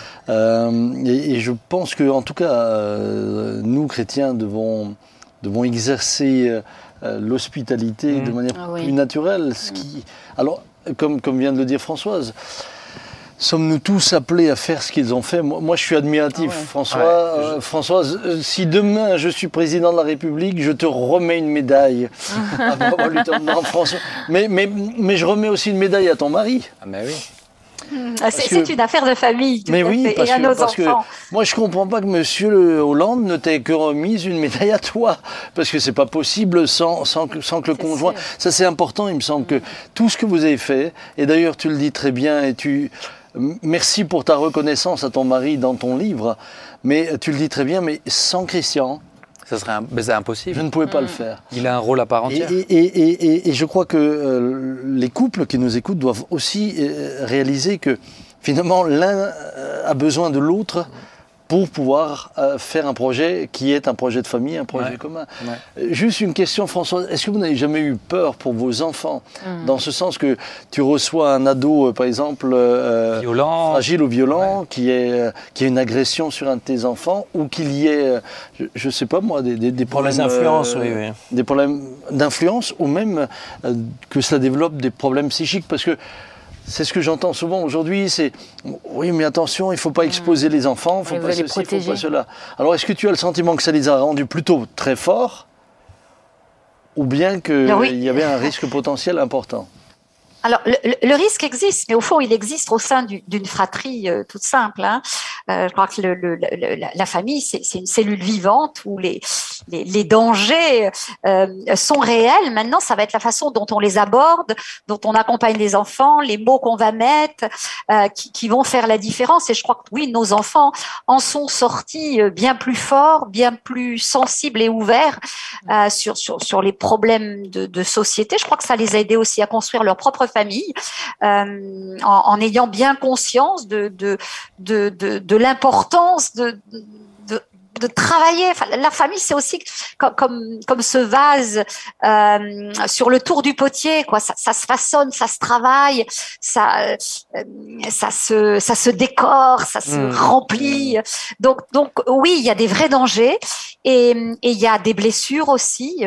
Et je pense que, en tout cas, nous chrétiens devons exercer l'hospitalité de manière plus naturelle. Alors, comme vient de le dire Françoise, sommes-nous tous appelés à faire ce qu'ils ont fait? Moi, je suis admiratif, Françoise. Si demain je suis président de la République, je te remets une médaille. Non, François. Mais je remets aussi une médaille à ton mari. Ah, mais oui. C'est une affaire de famille, tout mais à oui, fait, et à nos enfants. Que moi, je ne comprends pas que M. Hollande ne t'ait que remise une médaille à toi. Parce que ce n'est pas possible sans que le conjoint... Sûr. Ça, c'est important, il me semble, que tout ce que vous avez fait, et d'ailleurs, tu le dis très bien, et merci pour ta reconnaissance à ton mari dans ton livre, mais tu le dis très bien, mais sans Christian... C'est impossible. Je ne pouvais pas le faire. Il a un rôle à part entière. Et je crois que les couples qui nous écoutent doivent aussi réaliser que finalement l'un a besoin de l'autre pour pouvoir faire un projet qui est un projet de famille, un projet commun. Juste une question, François, est-ce que vous n'avez jamais eu peur pour vos enfants, dans ce sens que tu reçois un ado, par exemple, violent, fragile ou violent, qui a une agression sur un de tes enfants, ou qu'il y ait, je ne sais pas moi, des problèmes d'influence, des problèmes d'influence, ou même que cela développe des problèmes psychiques, parce que c'est ce que j'entends souvent aujourd'hui, c'est « oui, mais attention, il ne faut pas exposer les enfants, il ne faut pas ceci, il ne faut pas cela ». Alors, est-ce que tu as le sentiment que ça les a rendus plutôt très forts, ou bien qu'il y avait un risque potentiel important? Alors, le risque existe, mais au fond, il existe au sein d'une fratrie toute simple. Je crois que la famille, c'est une cellule vivante où les dangers sont réels. Maintenant, ça va être la façon dont on les aborde, dont on accompagne les enfants, les mots qu'on va mettre, qui vont faire la différence. Et je crois que oui, nos enfants en sont sortis bien plus forts, bien plus sensibles et ouverts sur les problèmes de société. Je crois que ça les a aidés aussi à construire leur propre famille, en ayant bien conscience de l'importance de travailler. Enfin, la famille, c'est aussi comme ce vase sur le tour du potier, quoi. Ça se façonne, ça se travaille, ça se décore, ça se remplit. Donc oui, il y a des vrais dangers et il y a des blessures aussi,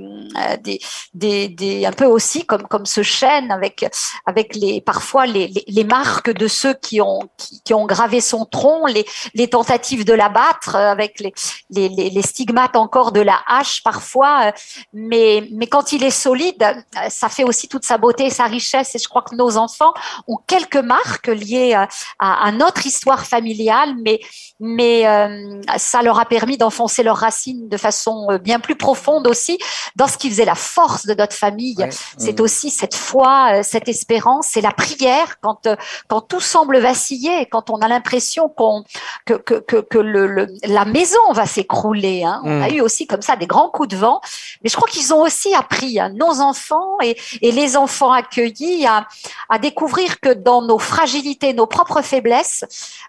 un peu aussi comme ce chêne avec parfois les marques de ceux qui ont gravé son tronc, les tentatives de l'abattre avec les stigmates encore de la hache parfois, mais quand il est solide, ça fait aussi toute sa beauté et sa richesse. Et je crois que nos enfants ont quelques marques liées à notre histoire familiale, mais ça leur a permis d'enfoncer leurs racines de façon bien plus profonde aussi dans ce qui faisait la force de notre famille. C'est aussi cette foi, cette espérance, c'est la prière quand tout semble vaciller, quand on a l'impression que la maison maison va s'écrouler. Hein. On a eu aussi comme ça des grands coups de vent. Mais je crois qu'ils ont aussi appris, hein, nos enfants et les enfants accueillis, à découvrir que dans nos fragilités, nos propres faiblesses,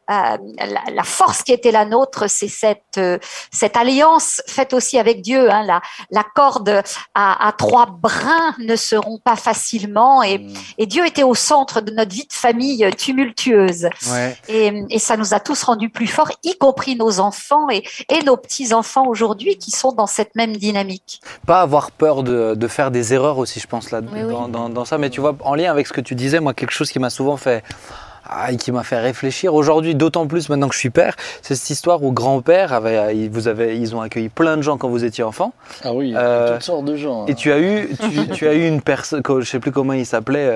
la force qui était la nôtre, c'est cette alliance faite aussi avec Dieu. Hein. La corde à 3 brins ne se rompt pas facilement. Et Dieu était au centre de notre vie de famille tumultueuse. Ouais. Et ça nous a tous rendus plus forts, y compris nos enfants et nos petits-enfants aujourd'hui qui sont dans cette même dynamique. Pas avoir peur de faire des erreurs aussi, je pense, là, dans ça. Mais tu vois, en lien avec ce que tu disais, moi, quelque chose qui m'a souvent fait... qui m'a fait réfléchir aujourd'hui, d'autant plus maintenant que je suis père, c'est cette histoire où grand-père ils ont accueilli plein de gens quand vous étiez enfant. Ah oui, toutes sortes de gens. Et tu as eu une personne, je sais plus comment il s'appelait,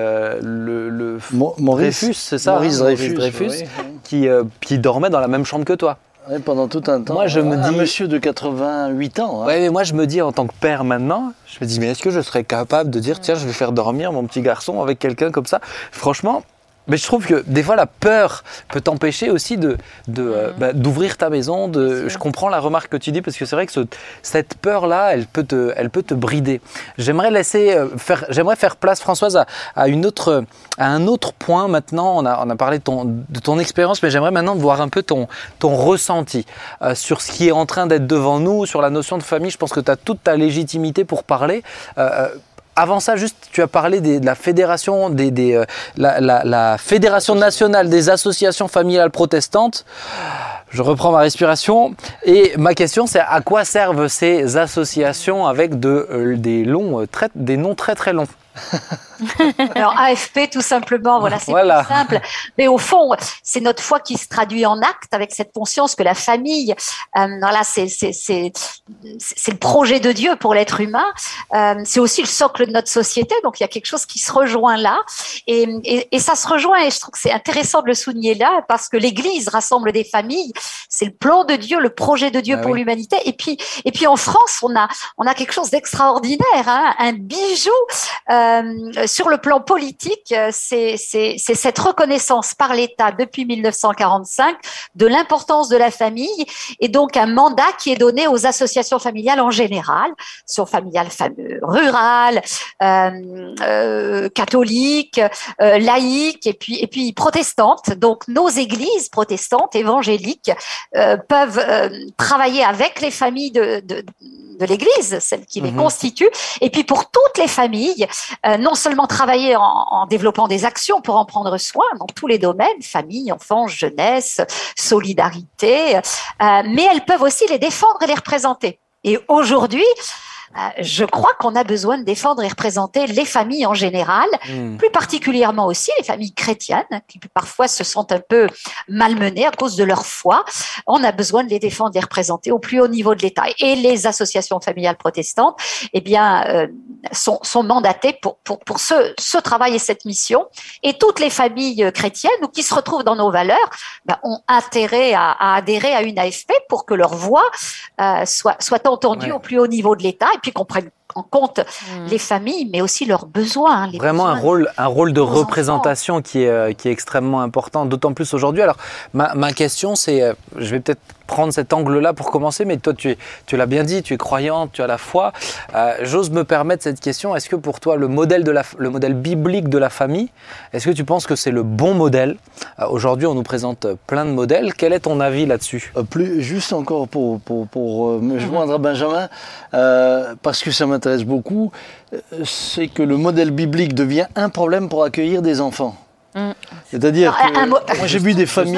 Maurice, Dreyfus, c'est ça, Maurice Dreyfus, oui. qui dormait dans la même chambre que toi. Oui, pendant tout un temps. Moi, je me dis, un monsieur de 88 ans. Hein. Ouais, mais moi je me dis en tant que père maintenant, je me dis mais est-ce que je serais capable de dire tiens je vais faire dormir mon petit garçon avec quelqu'un comme ça? Franchement. Mais je trouve que des fois la peur peut t'empêcher aussi d'ouvrir ta maison. Je comprends la remarque que tu dis parce que c'est vrai que cette peur-là, elle peut te brider. J'aimerais faire place, Françoise, à un autre point. Maintenant, on a parlé de ton expérience, mais j'aimerais maintenant voir un peu ton ressenti sur ce qui est en train d'être devant nous, sur la notion de famille. Je pense que tu as toute ta légitimité pour parler. Avant ça, juste, tu as parlé de la fédération, la fédération nationale des associations familiales protestantes. Je reprends ma respiration. Et ma question, c'est à quoi servent ces associations avec des noms très très longs? Alors AFP tout simplement, voilà, c'est plus simple. Mais au fond, c'est notre foi qui se traduit en acte avec cette conscience que la famille, voilà, c'est le projet de Dieu pour l'être humain. C'est aussi le socle de notre société, donc il y a quelque chose qui se rejoint là, et ça se rejoint. Et je trouve que c'est intéressant de le souligner là parce que l'Église rassemble des familles. C'est le plan de Dieu, le projet de Dieu pour l'humanité. Et puis en France, on a quelque chose d'extraordinaire, hein, un bijou. Sur le plan politique, c'est cette reconnaissance par l'État depuis 1945 de l'importance de la famille et donc un mandat qui est donné aux associations familiales en général, associations familiales rurales, catholiques, laïques et puis protestantes. Donc nos églises protestantes, évangéliques, peuvent travailler avec les familles de l'Église, celles qui les constituent, et puis pour toutes les familles, non seulement travailler en développant des actions pour en prendre soin dans tous les domaines, famille, enfants, jeunesse, solidarité, mais elles peuvent aussi les défendre et les représenter. Et aujourd'hui, je crois qu'on a besoin de défendre et représenter les familles en général, plus particulièrement aussi les familles chrétiennes, qui parfois se sentent un peu malmenées à cause de leur foi. On a besoin de les défendre et les représenter au plus haut niveau de l'État. Et les associations familiales protestantes, eh bien, sont mandatées pour ce travail et cette mission. Et toutes les familles chrétiennes ou qui se retrouvent dans nos valeurs ont intérêt à adhérer à une AFP pour que leur voix soit entendue au plus haut niveau de l'État. Et puis qu'on prenne en compte les familles, mais aussi leurs besoins. Vraiment un rôle de représentation qui est extrêmement important, d'autant plus aujourd'hui. Alors, ma question, c'est, je vais peut-être prendre cet angle-là pour commencer, mais toi, tu l'as bien dit, tu es croyante, tu as la foi. J'ose me permettre cette question, est-ce que pour toi, le modèle biblique de la famille, est-ce que tu penses que c'est le bon modèle? Aujourd'hui, on nous présente plein de modèles. Quel est ton avis là-dessus? Juste encore pour me joindre à Benjamin, parce que ça m'intéresse beaucoup, c'est que le modèle biblique devient un problème pour accueillir des enfants. C'est-à-dire que moi j'ai vu des familles...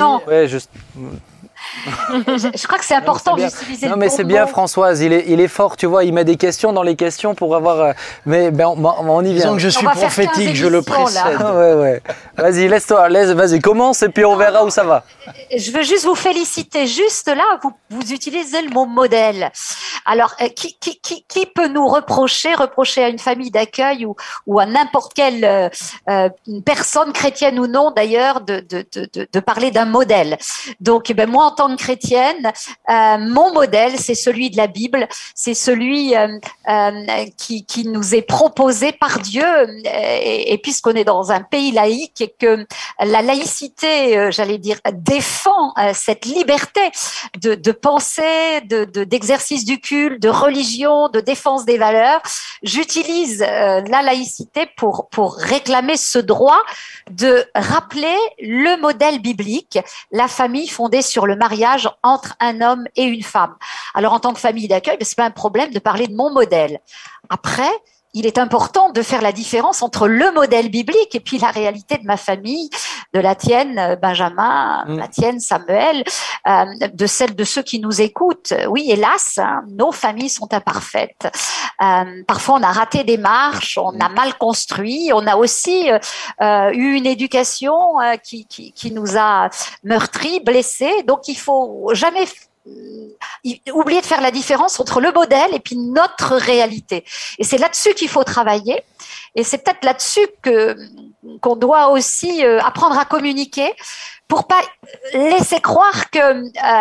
Je crois que c'est important d'utiliser le bon mot. Non mais c'est bien Françoise, il est fort, tu vois, il met des questions dans les questions pour avoir... Mais on y vient. Disons que je suis prophétique, je le précède. Ouais. Vas-y, vas-y, commence et puis on verra où ça va. Je veux juste vous féliciter, juste là, vous utilisez le mot modèle. Alors, qui peut nous reprocher à une famille d'accueil ou à n'importe quelle personne, chrétienne ou non d'ailleurs, de parler d'un modèle? Donc, moi, en tant tant que chrétienne, mon modèle, c'est celui de la Bible, c'est celui qui nous est proposé par Dieu. Et puisqu'on est dans un pays laïque et que la laïcité, j'allais dire, défend cette liberté de pensée, d'exercice du culte, de religion, de défense des valeurs, j'utilise la laïcité pour réclamer ce droit de rappeler le modèle biblique, la famille fondée sur le mariage entre un homme et une femme. Alors, en tant que famille d'accueil, c'est pas un problème de parler de mon modèle. Après, il est important de faire la différence entre le modèle biblique et puis la réalité de ma famille, de la tienne, Benjamin, la tienne, Samuel, de celle de ceux qui nous écoutent. Oui, hélas, nos familles sont imparfaites. Parfois, on a raté des marches, on a mal construit, on a aussi eu une éducation qui nous a meurtris, blessés. Donc, il faut jamais oublier de faire la différence entre le modèle et puis notre réalité. Et c'est là-dessus qu'il faut travailler. Et c'est peut-être là-dessus qu'on doit aussi apprendre à communiquer pour pas laisser croire que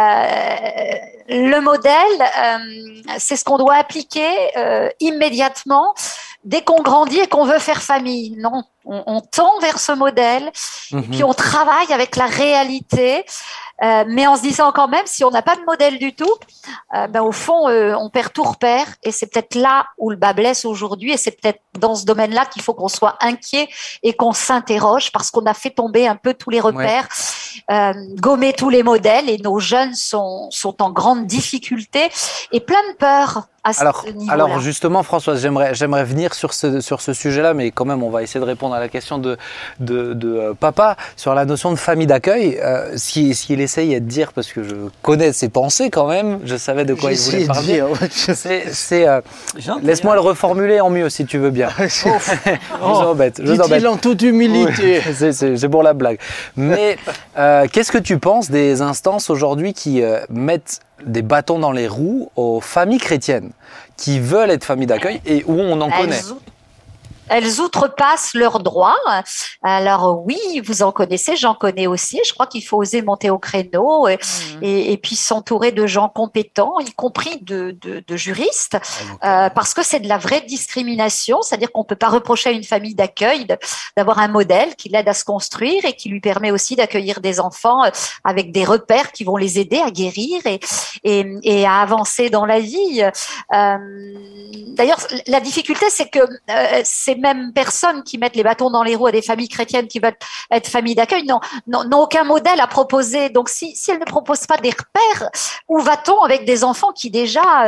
le modèle, c'est ce qu'on doit appliquer immédiatement dès qu'on grandit et qu'on veut faire famille. Non, on tend vers ce modèle, et puis on travaille avec la réalité, mais en se disant quand même, si on n'a pas de modèle du tout, au fond, on perd tout repère, et c'est peut-être là où le bât blesse aujourd'hui, et c'est peut-être dans ce domaine-là qu'il faut qu'on soit inquiet et qu'on s'interroge, parce qu'on a fait tomber un peu tous les repères, gommer tous les modèles, et nos jeunes sont en grande difficulté et plein de peur. Alors justement, Françoise, j'aimerais venir sur ce sujet-là, mais quand même, on va essayer de répondre à la question de papa sur la notion de famille d'accueil. S'il essaye de dire, parce que je connais ses pensées quand même, je savais de quoi il voulait parler. Laisse-moi le reformuler en mieux, si tu veux bien. Je vous embête. Dit-il en toute humilité. Oui, c'est pour la blague. Mais qu'est-ce que tu penses des instances aujourd'hui qui mettent des bâtons dans les roues aux familles chrétiennes qui veulent être familles d'accueil et où on en connaît? Elles outrepassent leurs droits. Alors oui, vous en connaissez, j'en connais aussi. Je crois qu'il faut oser monter au créneau et puis s'entourer de gens compétents, y compris de juristes, parce que c'est de la vraie discrimination. C'est-à-dire qu'on peut pas reprocher à une famille d'accueil d'avoir un modèle qui l'aide à se construire et qui lui permet aussi d'accueillir des enfants avec des repères qui vont les aider à guérir et à avancer dans la vie. D'ailleurs, la difficulté, c'est que ces mêmes personnes qui mettent les bâtons dans les roues à des familles chrétiennes qui veulent être familles d'accueil n'ont aucun modèle à proposer. Donc, si elles ne proposent pas des repères, où va-t-on avec des enfants qui déjà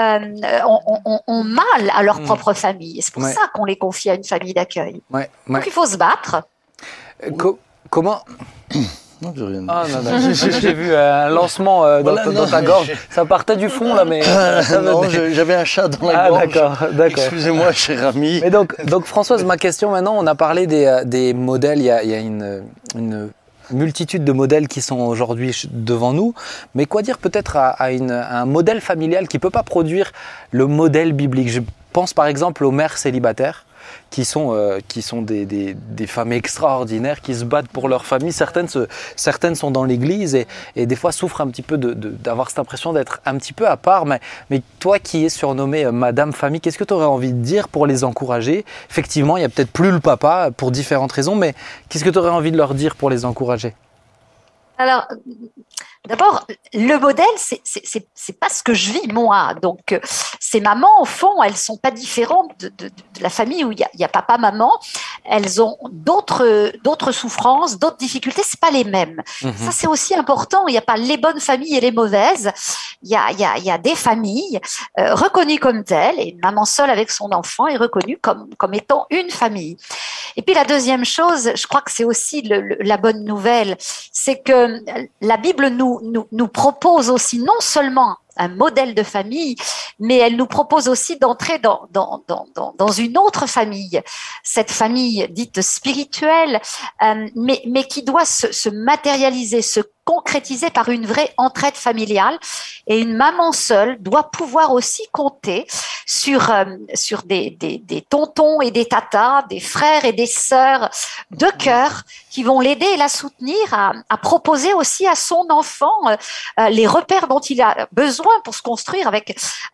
ont mal à leur propre famille? Et c'est pour ça qu'on les confie à une famille d'accueil. Donc, il faut se battre. Comment Non, j'ai rien dit. Ah non, j'ai vu un lancement dans ta gorge. Ça partait du fond là, mais non, j'avais un chat dans la gorge. D'accord. Excusez-moi, cher ami. Mais donc Françoise, ma question maintenant, on a parlé des modèles. Il y a une multitude de modèles qui sont aujourd'hui devant nous. Mais quoi dire peut-être à un modèle familial qui peut pas produire le modèle biblique? Je pense par exemple aux mères célibataires, qui sont des femmes extraordinaires qui se battent pour leur famille. Certaines sont dans l'église et des fois souffrent un petit peu d'avoir cette impression d'être un petit peu à part. Mais toi qui es surnommée Madame Famille, qu'est-ce que tu aurais envie de dire pour les encourager? Effectivement, il n'y a peut-être plus le papa pour différentes raisons, mais qu'est-ce que tu aurais envie de leur dire pour les encourager? Alors, d'abord, le modèle, c'est pas ce que je vis moi. Donc, ces mamans, au fond, elles sont pas différentes de la famille où il y a papa, maman. Elles ont d'autres souffrances, d'autres difficultés. C'est pas les mêmes. Ça, c'est aussi important. Il n'y a pas les bonnes familles et les mauvaises. Il y a des familles reconnues comme telles, et une maman seule avec son enfant est reconnue comme étant une famille. Et puis la deuxième chose, je crois que c'est aussi la bonne nouvelle, c'est que la Bible nous propose aussi non seulement un modèle de famille, mais elle nous propose aussi d'entrer dans une autre famille, cette famille dite spirituelle, mais qui doit se matérialiser, se concrétiser par une vraie entraide familiale. Et une maman seule doit pouvoir aussi compter sur des tontons et des tatas, des frères et des sœurs de cœur qui vont l'aider et la soutenir à proposer aussi à son enfant les repères dont il a besoin pour se construire avec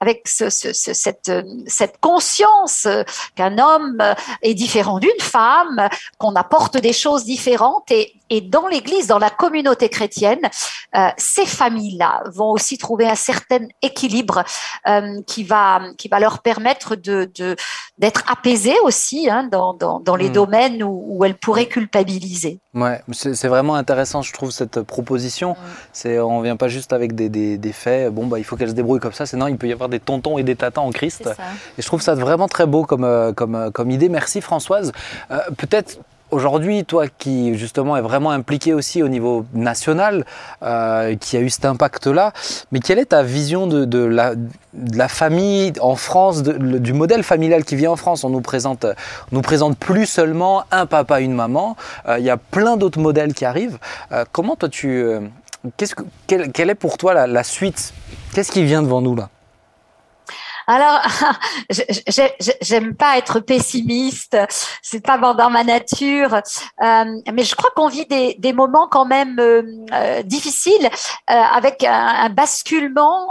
cette conscience qu'un homme est différent d'une femme, qu'on apporte des choses différentes et dans l'Église, dans la communauté chrétienne, ces familles-là vont aussi trouver un certain équilibre qui va leur permettre d'être apaisées aussi dans les domaines où elles pourraient culpabiliser. Ouais, c'est vraiment intéressant, je trouve, cette proposition. On vient pas juste avec des faits. Bon, il faut qu'elle se débrouille comme ça. Non, il peut y avoir des tontons et des tatins en Christ. Et je trouve ça vraiment très beau comme idée. Merci Françoise. Peut-être aujourd'hui, toi qui justement est vraiment impliquée aussi au niveau national, qui a eu cet impact-là, mais quelle est ta vision de la famille en France, du modèle familial qui vit en France? On nous présente plus seulement un papa, une maman. Il y a plein d'autres modèles qui arrivent. Comment toi quelle est pour toi la suite? Qu'est-ce qui vient devant nous là? Alors, j'aime pas être pessimiste, c'est pas dans ma nature, mais je crois qu'on vit des moments quand même difficiles, avec un basculement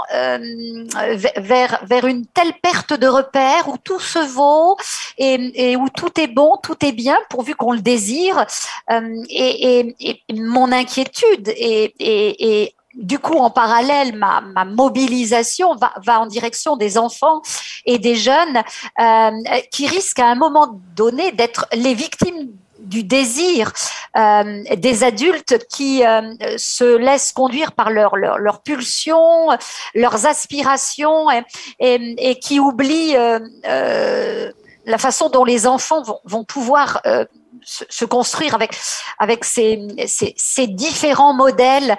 vers une telle perte de repères où tout se vaut et où tout est bon, tout est bien pourvu qu'on le désire. Et mon inquiétude et du coup, en parallèle, ma mobilisation va en direction des enfants et des jeunes qui risquent à un moment donné d'être les victimes du désir des adultes qui se laissent conduire par leurs pulsions, leurs aspirations et qui oublient la façon dont les enfants vont pouvoir se construire avec ces différents modèles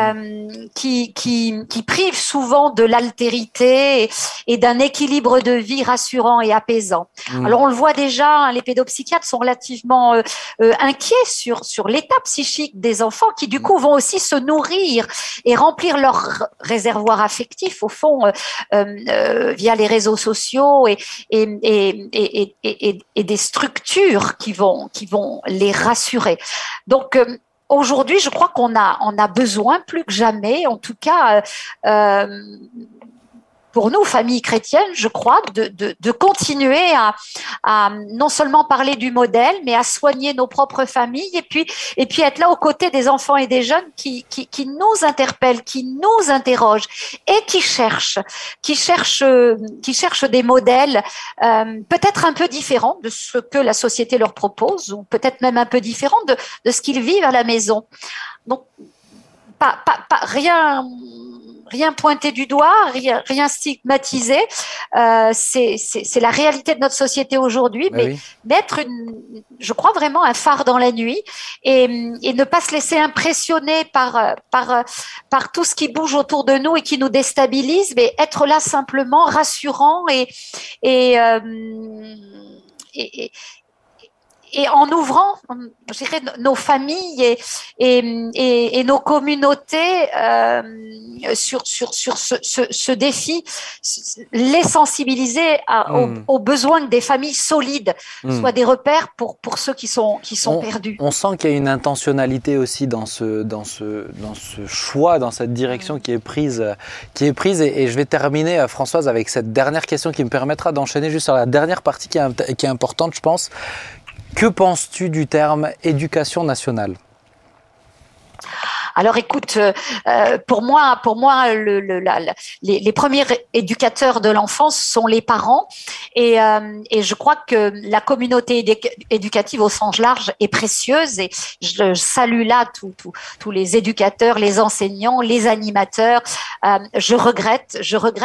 qui privent souvent de l'altérité et d'un équilibre de vie rassurant et apaisant. Alors on le voit déjà, les pédopsychiatres sont relativement inquiets sur l'état psychique des enfants qui du coup vont aussi se nourrir et remplir leur réservoir affectif au fond via les réseaux sociaux et des structures qui vont les rassurer. Donc aujourd'hui, je crois qu'on a besoin plus que jamais, en tout cas pour nous, famille chrétienne, je crois, de continuer à non seulement parler du modèle, mais à soigner nos propres familles et puis être là aux côtés des enfants et des jeunes qui nous interpellent, qui nous interrogent et qui cherchent des modèles peut-être un peu différents de ce que la société leur propose ou peut-être même un peu différents de ce qu'ils vivent à la maison. Donc, pas rien pointer du doigt, rien stigmatiser. C'est la réalité de notre société aujourd'hui, mais mettre je crois vraiment un phare dans la nuit et ne pas se laisser impressionner par tout ce qui bouge autour de nous et qui nous déstabilise, mais être là simplement rassurant et en ouvrant, je dirais, nos familles et nos communautés sur ce défi, les sensibiliser aux besoins que des familles solides soient des repères pour ceux qui sont perdus. On sent qu'il y a une intentionnalité aussi dans ce choix, dans cette direction qui est prise. Et je vais terminer, Françoise, avec cette dernière question qui me permettra d'enchaîner juste sur la dernière partie qui est importante, je pense. Que penses-tu du terme éducation nationale ? Alors écoute, pour moi, les premiers éducateurs de l'enfance sont les parents et je crois que la communauté éducative au sens large est précieuse et je salue là tous les éducateurs, les enseignants, les animateurs. Je regrette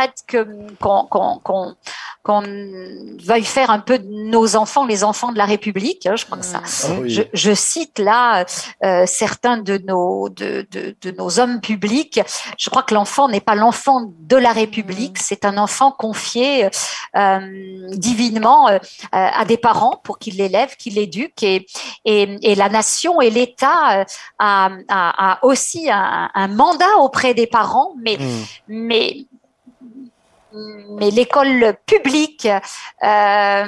qu'on veuille faire un peu de nos enfants les enfants de la République. Je crois que ça. Oui. Je cite là certains de nos hommes publics. Je crois que l'enfant n'est pas l'enfant de la République, c'est un enfant confié divinement à des parents pour qu'ils l'élèvent, qu'ils l'éduquent et la nation et l'État a aussi un mandat auprès des parents, mais l'école publique, à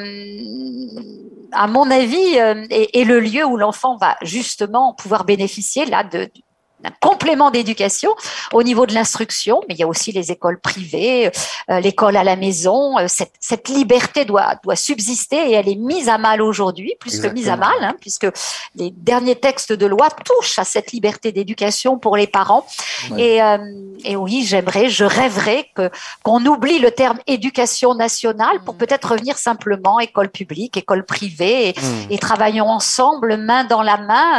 mon avis, est le lieu où l'enfant va justement pouvoir bénéficier là d'un complément d'éducation au niveau de l'instruction, mais il y a aussi les écoles privées, l'école à la maison. Cette liberté doit subsister et elle est mise à mal aujourd'hui, plus que mise à mal, hein, puisque les derniers textes de loi touchent à cette liberté d'éducation pour les parents. Ouais. Et oui, je rêverais qu'on oublie le terme éducation nationale pour peut-être revenir simplement école publique, école privée, et travaillons ensemble, main dans la main,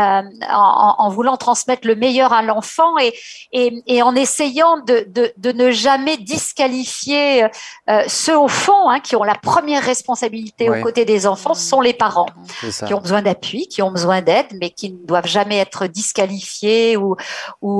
en voulant transmettre le meilleur à l'enfant et en essayant de ne jamais disqualifier ceux au fond qui ont la première responsabilité aux côtés des enfants, ce sont les parents qui ont besoin d'appui, qui ont besoin d'aide, mais qui ne doivent jamais être disqualifiés ou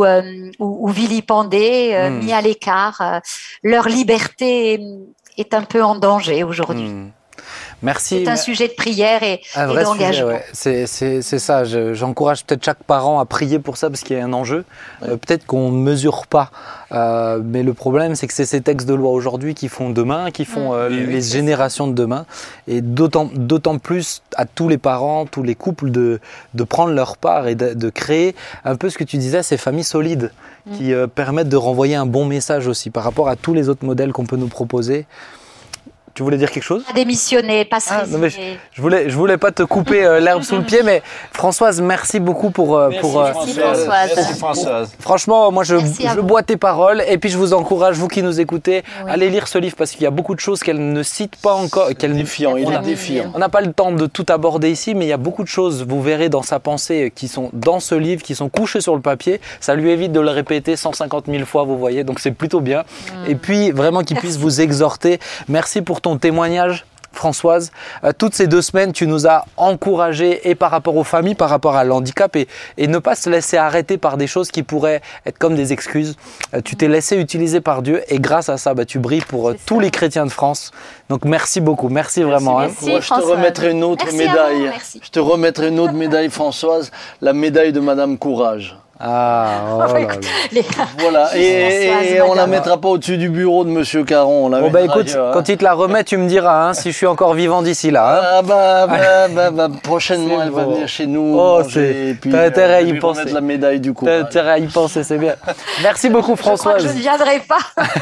vilipendés, mis à l'écart. Leur liberté est un peu en danger aujourd'hui. Merci. C'est un sujet de prière et d'engagement. C'est ça. J'encourage peut-être chaque parent à prier pour ça parce qu'il y a un enjeu. Peut-être qu'on ne mesure pas. Mais le problème, c'est que c'est ces textes de loi aujourd'hui qui font demain, qui font les générations de demain. Et d'autant plus à tous les parents, tous les couples de prendre leur part et de créer un peu ce que tu disais, ces familles solides qui permettent de renvoyer un bon message aussi par rapport à tous les autres modèles qu'on peut nous proposer. Tu voulais dire quelque chose ? Pas démissionner, pas se résigner. Je voulais pas te couper l'herbe sous le pied, mais Françoise, merci beaucoup Merci Françoise. Merci Françoise. Franchement, moi je bois tes paroles et puis je vous encourage, vous qui nous écoutez, allez lire ce livre parce qu'il y a beaucoup de choses qu'elle ne cite pas encore. Il est défiant. On n'a pas le temps de tout aborder ici, mais il y a beaucoup de choses, vous verrez dans sa pensée, qui sont dans ce livre, qui sont couchées sur le papier. Ça lui évite de le répéter 150 000 fois, vous voyez, donc c'est plutôt bien. Et puis vraiment qu'il puisse vous exhorter. Merci pour ton témoignage, Françoise. Toutes ces 2 semaines, tu nous as encouragés et par rapport aux familles, par rapport à l'handicap et ne pas se laisser arrêter par des choses qui pourraient être comme des excuses. Tu t'es laissé utiliser par Dieu et grâce à ça, tu brilles pour tous les chrétiens de France. Donc merci beaucoup, merci vraiment. Merci, Moi, je te remettrai une autre médaille. Je te remettrai une autre médaille, Françoise, la médaille de Madame Courage. Ah, oh là là. Voilà, et on la mettra pas au-dessus du bureau de Monsieur Caron. Écoute, quand il te la remet, tu me diras si je suis encore vivant d'ici là. Prochainement, elle va venir chez nous. T'as intérêt à y penser. Mettre la médaille du coup. T'as intérêt à y penser, c'est bien. Merci beaucoup, Françoise. Je ne viendrai pas.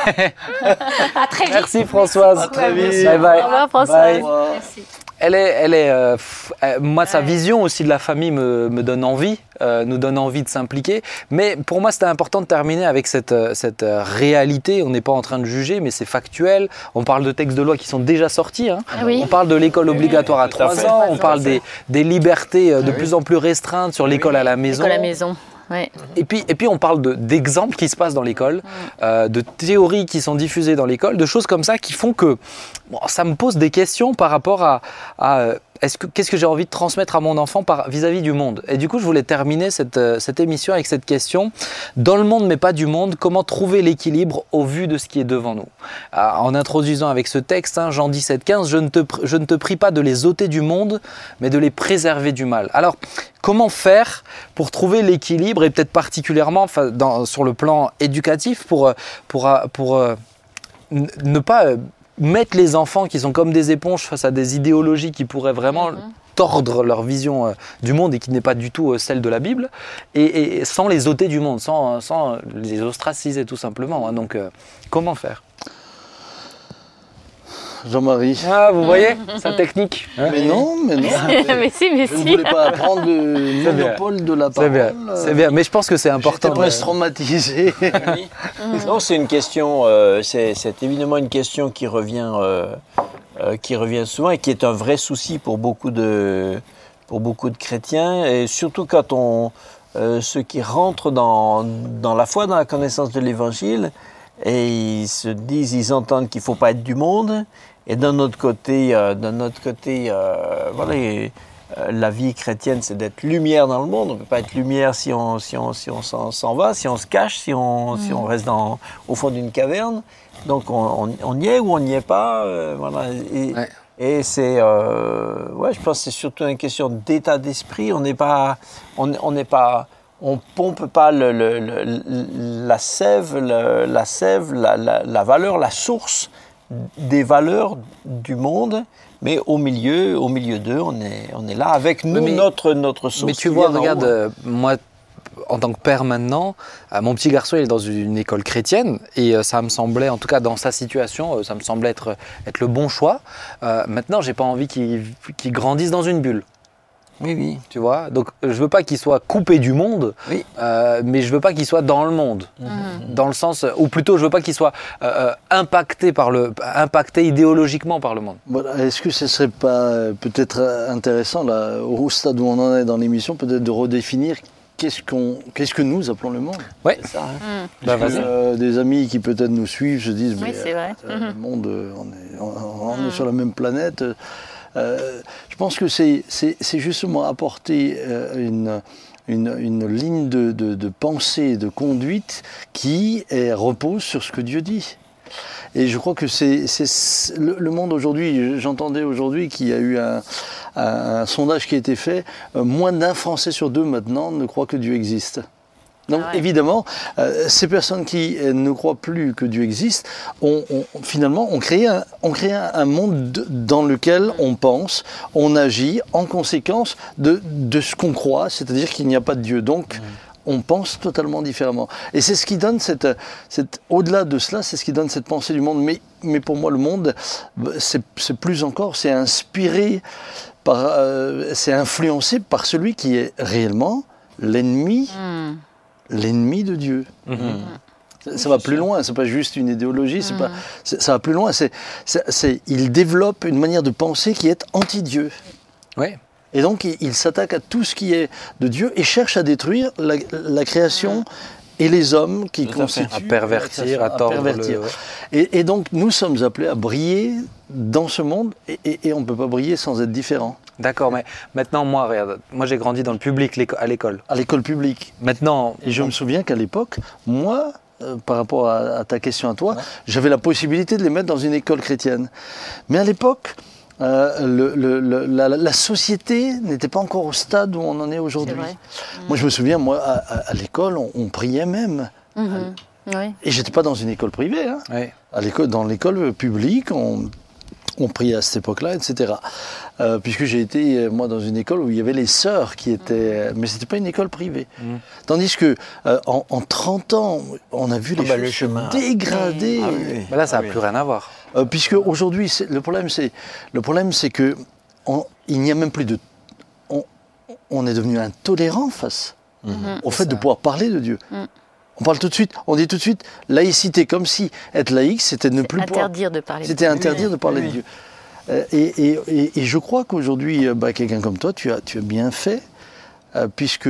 À très vite. Merci, Françoise. À très vite. Bye bye. Au revoir, Françoise. Merci. Moi, sa vision aussi de la famille me donne envie, nous donne envie de s'impliquer. Mais pour moi, c'était important de terminer avec cette réalité. On n'est pas en train de juger, mais c'est factuel. On parle de textes de loi qui sont déjà sortis. On parle de l'école obligatoire à 3 ans. On parle des libertés de plus en plus restreintes sur l'école à la maison. L'école à la maison. Ouais. Et puis on parle d'exemples qui se passent dans l'école, de théories qui sont diffusées dans l'école, de choses comme ça qui font que ça me pose des questions par rapport à qu'est-ce que j'ai envie de transmettre à mon enfant vis-à-vis du monde. Et du coup, je voulais terminer cette émission avec cette question. Dans le monde, mais pas du monde, comment trouver l'équilibre au vu de ce qui est devant nous ? En introduisant avec ce texte, Jean 17,15, je ne te prie pas de les ôter du monde, mais de les préserver du mal. Alors, comment faire pour trouver l'équilibre, et peut-être particulièrement sur le plan éducatif, pour ne pas mettre les enfants qui sont comme des éponges face à des idéologies qui pourraient vraiment tordre leur vision du monde et qui n'est pas du tout celle de la Bible, et sans les ôter du monde, sans les ostraciser tout simplement. Donc, comment faire ? Jean-Marie. Ah, vous voyez, sa technique. Mais non. mais si. Je ne voulais pas apprendre le monopole de la parole. C'est bien, mais je pense que c'est important. J'étais presque traumatisé. Non, c'est une question, c'est évidemment une question qui revient souvent et qui est un vrai souci pour beaucoup de chrétiens, et surtout quand ceux qui rentrent dans la foi, dans la connaissance de l'Évangile, et ils entendent qu'il ne faut pas être du monde. Et d'un autre côté, la vie chrétienne, c'est d'être lumière dans le monde. On ne peut pas être lumière si on s'en va, si on se cache, si on reste au fond d'une caverne. Donc on y est ou on n'y est pas. Et c'est, je pense que c'est surtout une question d'état d'esprit. On n'est pas on pompe pas la sève, la valeur, la source des valeurs du monde, mais au milieu d'eux, on est là avec nous, notre source. Mais tu vois, regarde, moi, en tant que père maintenant, mon petit garçon il est dans une école chrétienne et ça me semblait, en tout cas dans sa situation, ça me semblait être le bon choix. Maintenant, j'ai pas envie qu'il grandisse dans une bulle. Oui. Tu vois, donc je veux pas qu'il soit coupé du monde, mais je veux pas qu'il soit dans le monde, dans le sens, ou plutôt je veux pas qu'il soit impacté idéologiquement par le monde. Voilà. Est-ce que ce serait pas peut-être intéressant là, au stade où on en est dans l'émission, peut-être de redéfinir qu'est-ce que nous appelons le monde? Ouais. C'est ça. Vas-y. Des amis qui peut-être nous suivent se disent Oui, c'est vrai. Le monde, on est sur la même planète. Je pense que c'est justement apporter une ligne de pensée, de conduite qui repose sur ce que Dieu dit. Et je crois que c'est le monde aujourd'hui. J'entendais aujourd'hui qu'il y a eu un sondage qui a été fait. Moins d'un Français sur deux maintenant ne croit que Dieu existe. Donc évidemment, ces personnes qui ne croient plus que Dieu existe, finalement, on crée un monde dans lequel on pense, on agit en conséquence de ce qu'on croit, c'est-à-dire qu'il n'y a pas de Dieu. Donc, on pense totalement différemment. Et c'est ce qui donne au-delà de cela, c'est ce qui donne cette pensée du monde. Mais pour moi, le monde, c'est plus encore, c'est inspiré c'est influencé par celui qui est réellement l'ennemi de Dieu. Ça va plus loin, c'est pas juste une idéologie, ça va plus loin, il développe une manière de penser qui est anti-Dieu. Ouais. Et donc il s'attaque à tout ce qui est de Dieu et cherche à détruire la création et les hommes qui constituent... À pervertir, à tordre. Et donc nous sommes appelés à briller dans ce monde et on ne peut pas briller sans être différent. D'accord, mais maintenant, moi, regarde, j'ai grandi dans le public à l'école. À l'école publique. Maintenant... Et je me souviens qu'à l'époque, moi, par rapport à ta question à toi, j'avais la possibilité de les mettre dans une école chrétienne. Mais à l'époque... la société n'était pas encore au stade où on en est aujourd'hui. Moi, je me souviens, à l'école, on priait même. Et j'étais pas dans une école privée. Hein. Dans l'école publique, on priait à cette époque-là, etc. Puisque j'ai été, moi, dans une école où il y avait les sœurs qui étaient... Mais c'était pas une école privée. Tandis que en 30 ans, on a vu les choses se dégrader. Mais là, ça n'a plus rien à voir. Puisque aujourd'hui, le problème, c'est que il n'y a même plus de... On est devenu intolérant face au fait de pouvoir parler de Dieu. On dit tout de suite laïcité, comme si être laïque, c'était ne plus pouvoir... Interdire de parler de Dieu. C'était interdire de parler de Dieu. Et je crois qu'aujourd'hui, quelqu'un comme toi, tu as bien fait, puisque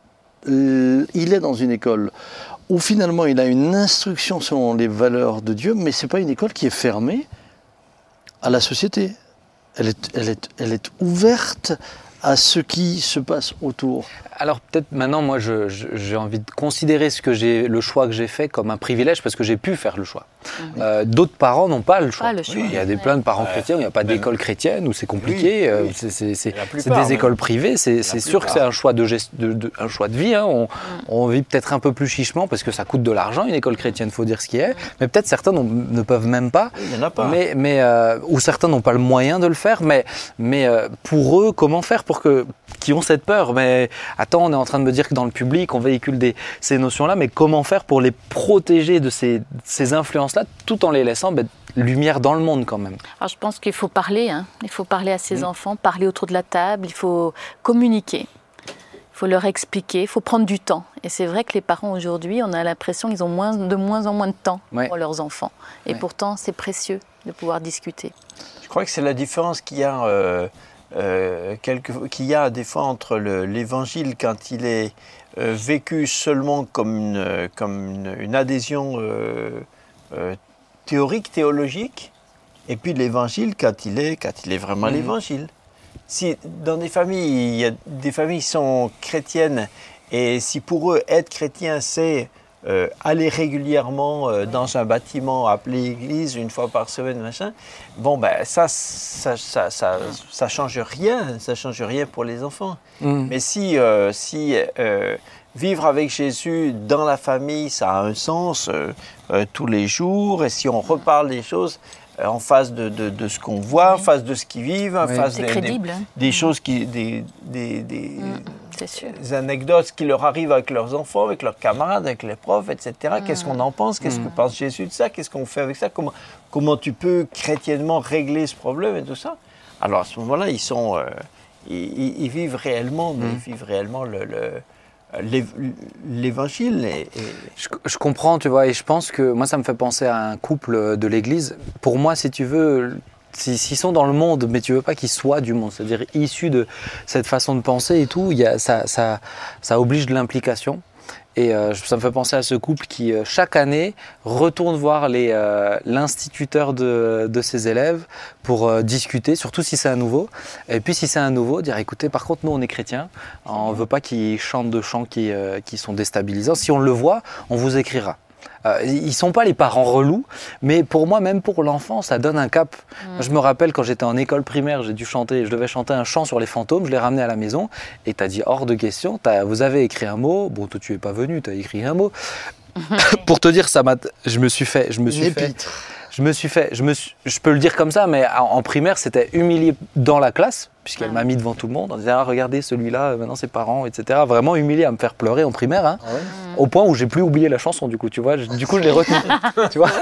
il est dans une école où finalement il a une instruction selon les valeurs de Dieu, mais ce n'est pas une école qui est fermée à la société. Elle est ouverte à ce qui se passe autour. Alors peut-être maintenant, moi, j'ai envie de considérer le choix que j'ai fait comme un privilège parce que j'ai pu faire le choix. D'autres parents n'ont pas le choix. Il y a plein de parents chrétiens où il n'y a pas d'école chrétienne, où c'est compliqué. C'est des écoles privées. C'est sûr que c'est un choix un choix de vie. Hein. On vit peut-être un peu plus chichement parce que ça coûte de l'argent, une école chrétienne, il faut dire ce qui est. Mais peut-être certains ne peuvent même pas. Il n'y en a pas. Ou certains n'ont pas le moyen de le faire. Mais pour eux, comment faire qui ont cette peur? Mais attends, on est en train de me dire que dans le public, on véhicule ces notions-là, mais comment faire pour les protéger de ces influences-là, tout en les laissant lumière dans le monde quand même? Alors je pense qu'il faut parler, il faut parler à ses enfants, parler autour de la table, il faut communiquer, il faut leur expliquer, il faut prendre du temps. Et c'est vrai que les parents aujourd'hui, on a l'impression qu'ils ont de moins en moins de temps pour leurs enfants. Et pourtant, c'est précieux de pouvoir discuter. Je crois que c'est la différence qu'il y a... qu'il y a des fois entre l'évangile quand il est vécu seulement comme une adhésion théorique, théologique, et puis l'évangile quand il est vraiment l'évangile. Si dans des familles, il y a des familles qui sont chrétiennes, et si pour eux être chrétien c'est aller régulièrement dans un bâtiment appelé église une fois par semaine, machin, ça change rien pour les enfants. Mais si vivre avec Jésus dans la famille, ça a un sens tous les jours. Et si on reparle des choses en face de ce qu'on voit, en face de ce qu'ils vivent, en face des choses c'est sûr. des anecdotes qui leur arrivent avec leurs enfants, avec leurs camarades, avec les profs, etc. Qu'est-ce qu'on en pense? Qu'est-ce que pense Jésus de ça? Qu'est-ce qu'on fait avec ça? Comment tu peux chrétiennement régler ce problème et tout ça? Alors à ce moment-là, ils vivent réellement, l'évangile. Je comprends, tu vois, et je pense que moi, ça me fait penser à un couple de l'Église. Pour moi, si tu veux, s'ils sont dans le monde, mais tu veux pas qu'ils soient du monde, c'est-à-dire issus de cette façon de penser et tout, ça oblige de l'implication. Et ça me fait penser à ce couple qui, chaque année, retourne voir l'instituteur de ses élèves pour discuter, surtout si c'est un nouveau. Et puis si c'est un nouveau, dire écoutez, par contre, nous, on est chrétiens, on ne veut pas qu'ils chantent de chants qui sont déstabilisants. Si on le voit, on vous écrira. Ils ne sont pas les parents relous, mais pour moi, même pour l'enfant, ça donne un cap. Je me rappelle quand j'étais en école primaire, je devais chanter un chant sur les fantômes, je l'ai ramené à la maison et tu as dit hors de question, vous avez écrit un mot, bon toi tu n'es pas venu, tu as écrit un mot. Pour te dire, je peux le dire comme ça, mais en primaire, c'était humilié dans la classe, puisqu'elle m'a mis devant tout le monde en disant regardez celui-là, maintenant ses parents, etc. Vraiment humilié à me faire pleurer en primaire, hein, au point où j'ai plus oublié la chanson du coup, tu vois. Du coup, je l'ai retenue, tu vois.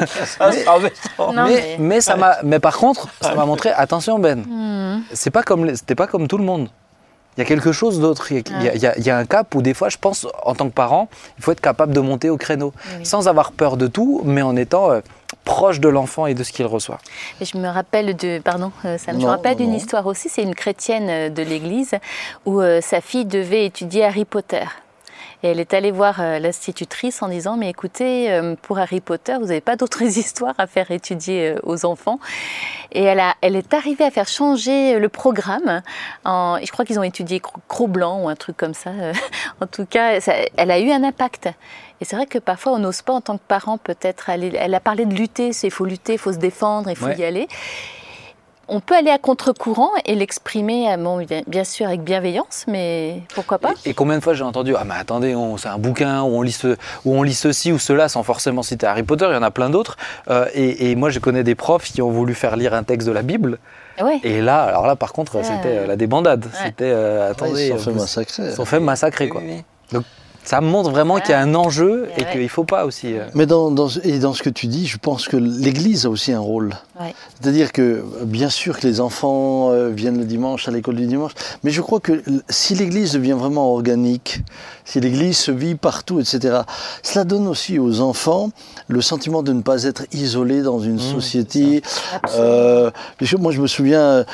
Mais par contre, ça m'a montré attention Ben, c'était pas comme tout le monde. Il y a quelque chose d'autre, il y a un cap où des fois je pense en tant que parent, il faut être capable de monter au créneau, sans avoir peur de tout, mais en étant proche de l'enfant et de ce qu'il reçoit. Et je me rappelle je me rappelle d'une histoire aussi, c'est une chrétienne de l'église où sa fille devait étudier Harry Potter. Et elle est allée voir l'institutrice en disant « Mais écoutez, pour Harry Potter, vous n'avez pas d'autres histoires à faire étudier aux enfants ?» Et elle est arrivée à faire changer le programme. Je crois qu'ils ont étudié Cro-Blanc ou un truc comme ça. En tout cas, elle a eu un impact. Et c'est vrai que parfois, on n'ose pas en tant que parent peut-être aller... Elle a parlé de lutter, il faut lutter, il faut se défendre, il faut y aller. On peut aller à contre-courant et l'exprimer, bien sûr, avec bienveillance, mais pourquoi pas? Et combien de fois j'ai entendu « Ah mais attendez, c'est un bouquin où on lit ceci ou cela » sans forcément citer Harry Potter, il y en a plein d'autres. Et moi, je connais des profs qui ont voulu faire lire un texte de la Bible. Ouais. Et là, alors là, par contre, c'était la débandade. Ouais. C'était, attendez... Ils se sont fait massacrer, quoi. Oui. Donc, ça montre vraiment qu'il y a un enjeu et qu'il ne faut pas aussi... Mais dans ce que tu dis, je pense que l'Église a aussi un rôle. Ouais. C'est-à-dire que, bien sûr que les enfants viennent le dimanche à l'école du dimanche, mais je crois que si l'Église devient vraiment organique, si l'Église se vit partout, etc., cela donne aussi aux enfants le sentiment de ne pas être isolés dans une société. Moi, je me souviens,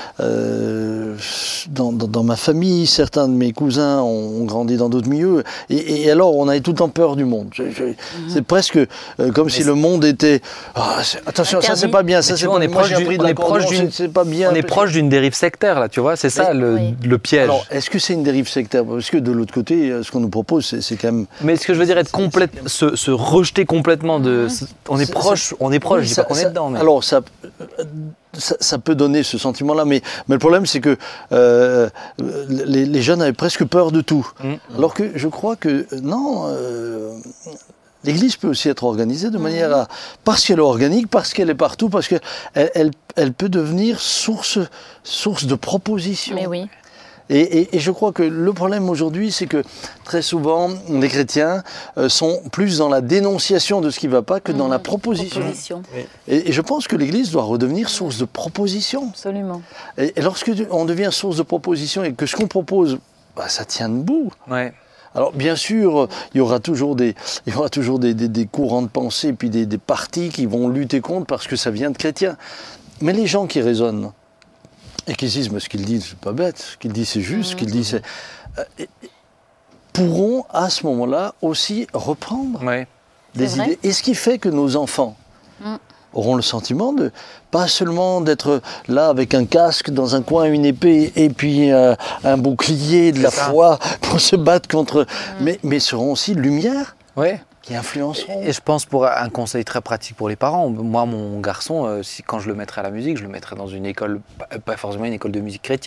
dans ma famille, certains de mes cousins ont grandi dans d'autres milieux, et alors on avait tout le temps peur du monde. C'est presque comme si le monde était... attention, ça c'est pas bien, ça c'est pas bien. On est proche d'une dérive sectaire, là, tu vois, c'est ça le piège. Alors, est-ce que c'est une dérive sectaire? Parce que de l'autre côté, ce qu'on nous propose, c'est quand même... Mais ce que je veux dire, se rejeter complètement de... On est proche, je dis pas qu'on est dedans. Mais... Alors, ça peut donner ce sentiment-là, mais le problème, c'est que les jeunes avaient presque peur de tout. Alors que je crois que, non... L'Église peut aussi être organisée de manière à... Parce qu'elle est organique, parce qu'elle est partout, parce qu'elle peut devenir source de propositions. Mais oui. Et je crois que le problème aujourd'hui, c'est que très souvent, les chrétiens sont plus dans la dénonciation de ce qui ne va pas que dans la proposition. Et je pense que l'Église doit redevenir source de proposition. Absolument. Et lorsque on devient source de proposition et que ce qu'on propose, ça tient debout. Ouais. Alors bien sûr, il y aura toujours des courants de pensée, puis des partis qui vont lutter contre parce que ça vient de chrétiens. Mais les gens qui raisonnent et qui disent, mais ce qu'ils disent, c'est pas bête, ce qu'ils disent, c'est juste, ce qu'ils disent, c'est... pourront à ce moment-là aussi reprendre des idées. Et ce qui fait que nos enfants auront le sentiment de pas seulement d'être là avec un casque dans un coin, une épée et puis un bouclier de la foi pour se battre contre, mais seront aussi lumière qui influenceront. Et je pense pour un conseil très pratique pour les parents, moi mon garçon, quand je le mettrai à la musique, je le mettrai dans une école, pas forcément une école de musique chrétienne.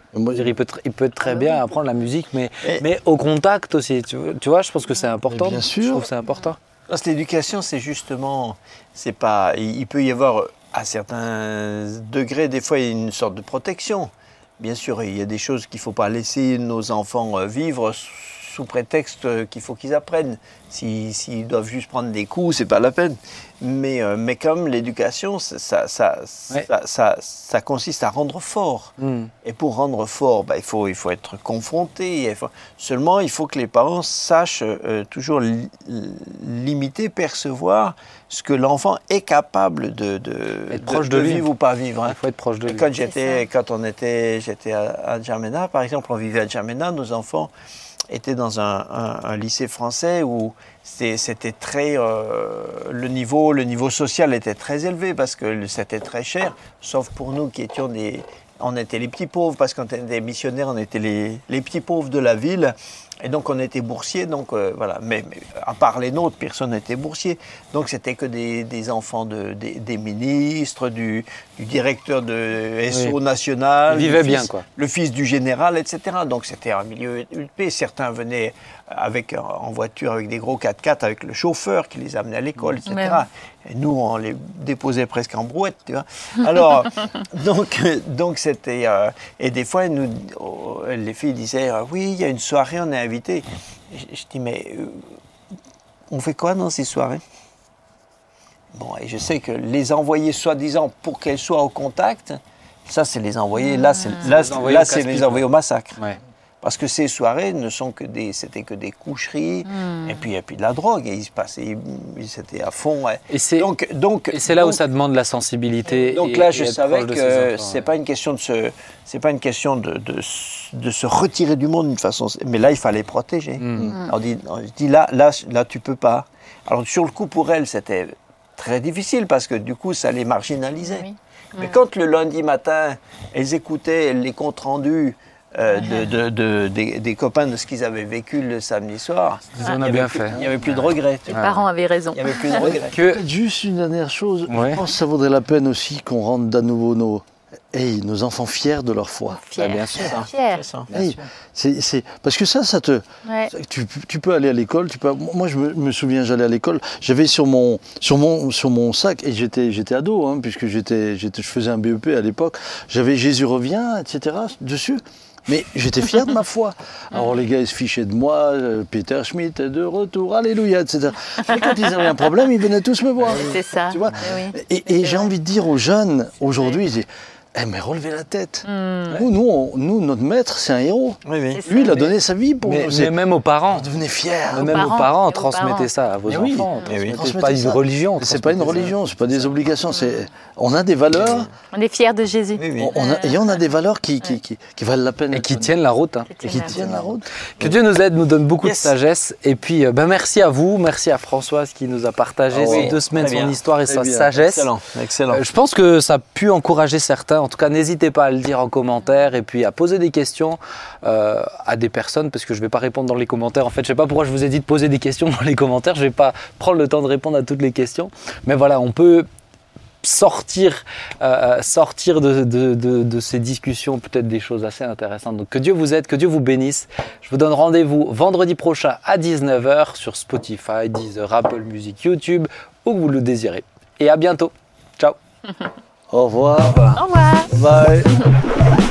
Moi, il peut très bien apprendre la musique, mais au contact aussi. Tu vois, je pense que c'est important. Bien sûr. Je trouve que c'est important. Parce que l'éducation, c'est justement, c'est pas, il peut y avoir à certains degrés, des fois, il y a une sorte de protection. Bien sûr, il y a des choses qu'il ne faut pas laisser nos enfants vivre sous prétexte qu'il faut qu'ils apprennent. S'ils doivent juste prendre des coups, c'est pas la peine. Mais comme l'éducation, ça consiste à rendre fort. Et pour rendre fort, il faut être confronté. Seulement, il faut que les parents sachent toujours limiter, percevoir ce que l'enfant est capable de vivre ou pas vivre. Il faut être proche de lui. Quand j'étais à N'Djamena, par exemple, on vivait à N'Djamena, nos enfants étaient dans un lycée français où c'était très le niveau social était très élevé parce que c'était très cher, sauf pour nous qui étions on était les petits pauvres parce qu'on était des missionnaires, on était les petits pauvres de la ville. Et donc on était boursiers, donc voilà. Mais à part les nôtres, personne n'était boursier. Donc c'était que des enfants des ministres, du directeur de SO national. Ils vivaient bien, quoi. Le fils du général, etc. Donc c'était un milieu huppé. Certains venaient en voiture avec des gros 4x4 avec le chauffeur qui les amenait à l'école, etc. Même. Et nous, on les déposait presque en brouette, tu vois. Alors, donc c'était... et des fois, les filles disaient « Oui, il y a une soirée, on est invités. » Je dis « Mais on fait quoi dans ces soirées ?» Bon, et je sais que les envoyer soi-disant pour qu'elles soient au contact, ça, c'est les envoyer. Là, c'est les envoyer au massacre. Ouais. Parce que ces soirées c'était que des coucheries, et puis de la drogue, et c'était à fond. Ouais. Et c'est là où ça demande la sensibilité. Donc là, je savais que c'est pas une question de se retirer du monde d'une façon, mais là, il fallait protéger. On dit là, tu peux pas. Alors sur le coup, pour elle, c'était très difficile parce que du coup, ça les marginalisait. Oui. Mais quand le lundi matin, elles écoutaient les comptes rendus. Des copains de ce qu'ils avaient vécu le samedi soir. On a bien fait. Il n'y avait plus de regrets. Les parents avaient raison. Il n'y avait plus de regrets. Juste une dernière chose, je pense que ça vaudrait la peine aussi qu'on rende à nouveau nos enfants fiers de leur foi. Fiers. Bien sûr. C'est parce que ça te... Ouais. Tu peux aller à l'école. Moi, je me souviens, j'allais à l'école. J'avais sur mon sac, et j'étais ado, hein, puisque je faisais un BEP à l'époque, j'avais Jésus revient, etc. dessus. Mais j'étais fier de ma foi. Alors les gars, ils se fichaient de moi, Peter Schmidt est de retour, alléluia, etc. Mais quand ils avaient un problème, ils venaient tous me voir. C'est ça. Tu vois, et j'ai envie de dire aux jeunes, aujourd'hui, ils disent, mais relevez la tête. Nous, notre maître, c'est un héros. Oui. Lui, il a donné sa vie pour nous. Mais même aux parents. Devenez fiers. Même aux parents, transmettez ça à vos enfants. C'est pas une religion. C'est pas une religion, c'est pas des obligations. On a des valeurs. On est fiers de Jésus. On a des valeurs qui valent la peine. Et qui tiennent la route. Qui tiennent la route. Que Dieu nous aide, nous donne beaucoup de sagesse. Et puis, merci à vous, merci à Françoise qui nous a partagé ces 2 semaines son histoire et sa sagesse. Excellent. Je pense que ça a pu encourager certains. En tout cas, n'hésitez pas à le dire en commentaire et puis à poser des questions à des personnes, parce que je ne vais pas répondre dans les commentaires. En fait, je ne sais pas pourquoi je vous ai dit de poser des questions dans les commentaires. Je ne vais pas prendre le temps de répondre à toutes les questions. Mais voilà, on peut sortir de ces discussions peut-être des choses assez intéressantes. Donc que Dieu vous aide, que Dieu vous bénisse. Je vous donne rendez-vous vendredi prochain à 19h sur Spotify, Deezer, Apple Music, YouTube, où vous le désirez. Et à bientôt. Ciao. Au revoir. Au revoir. Bye.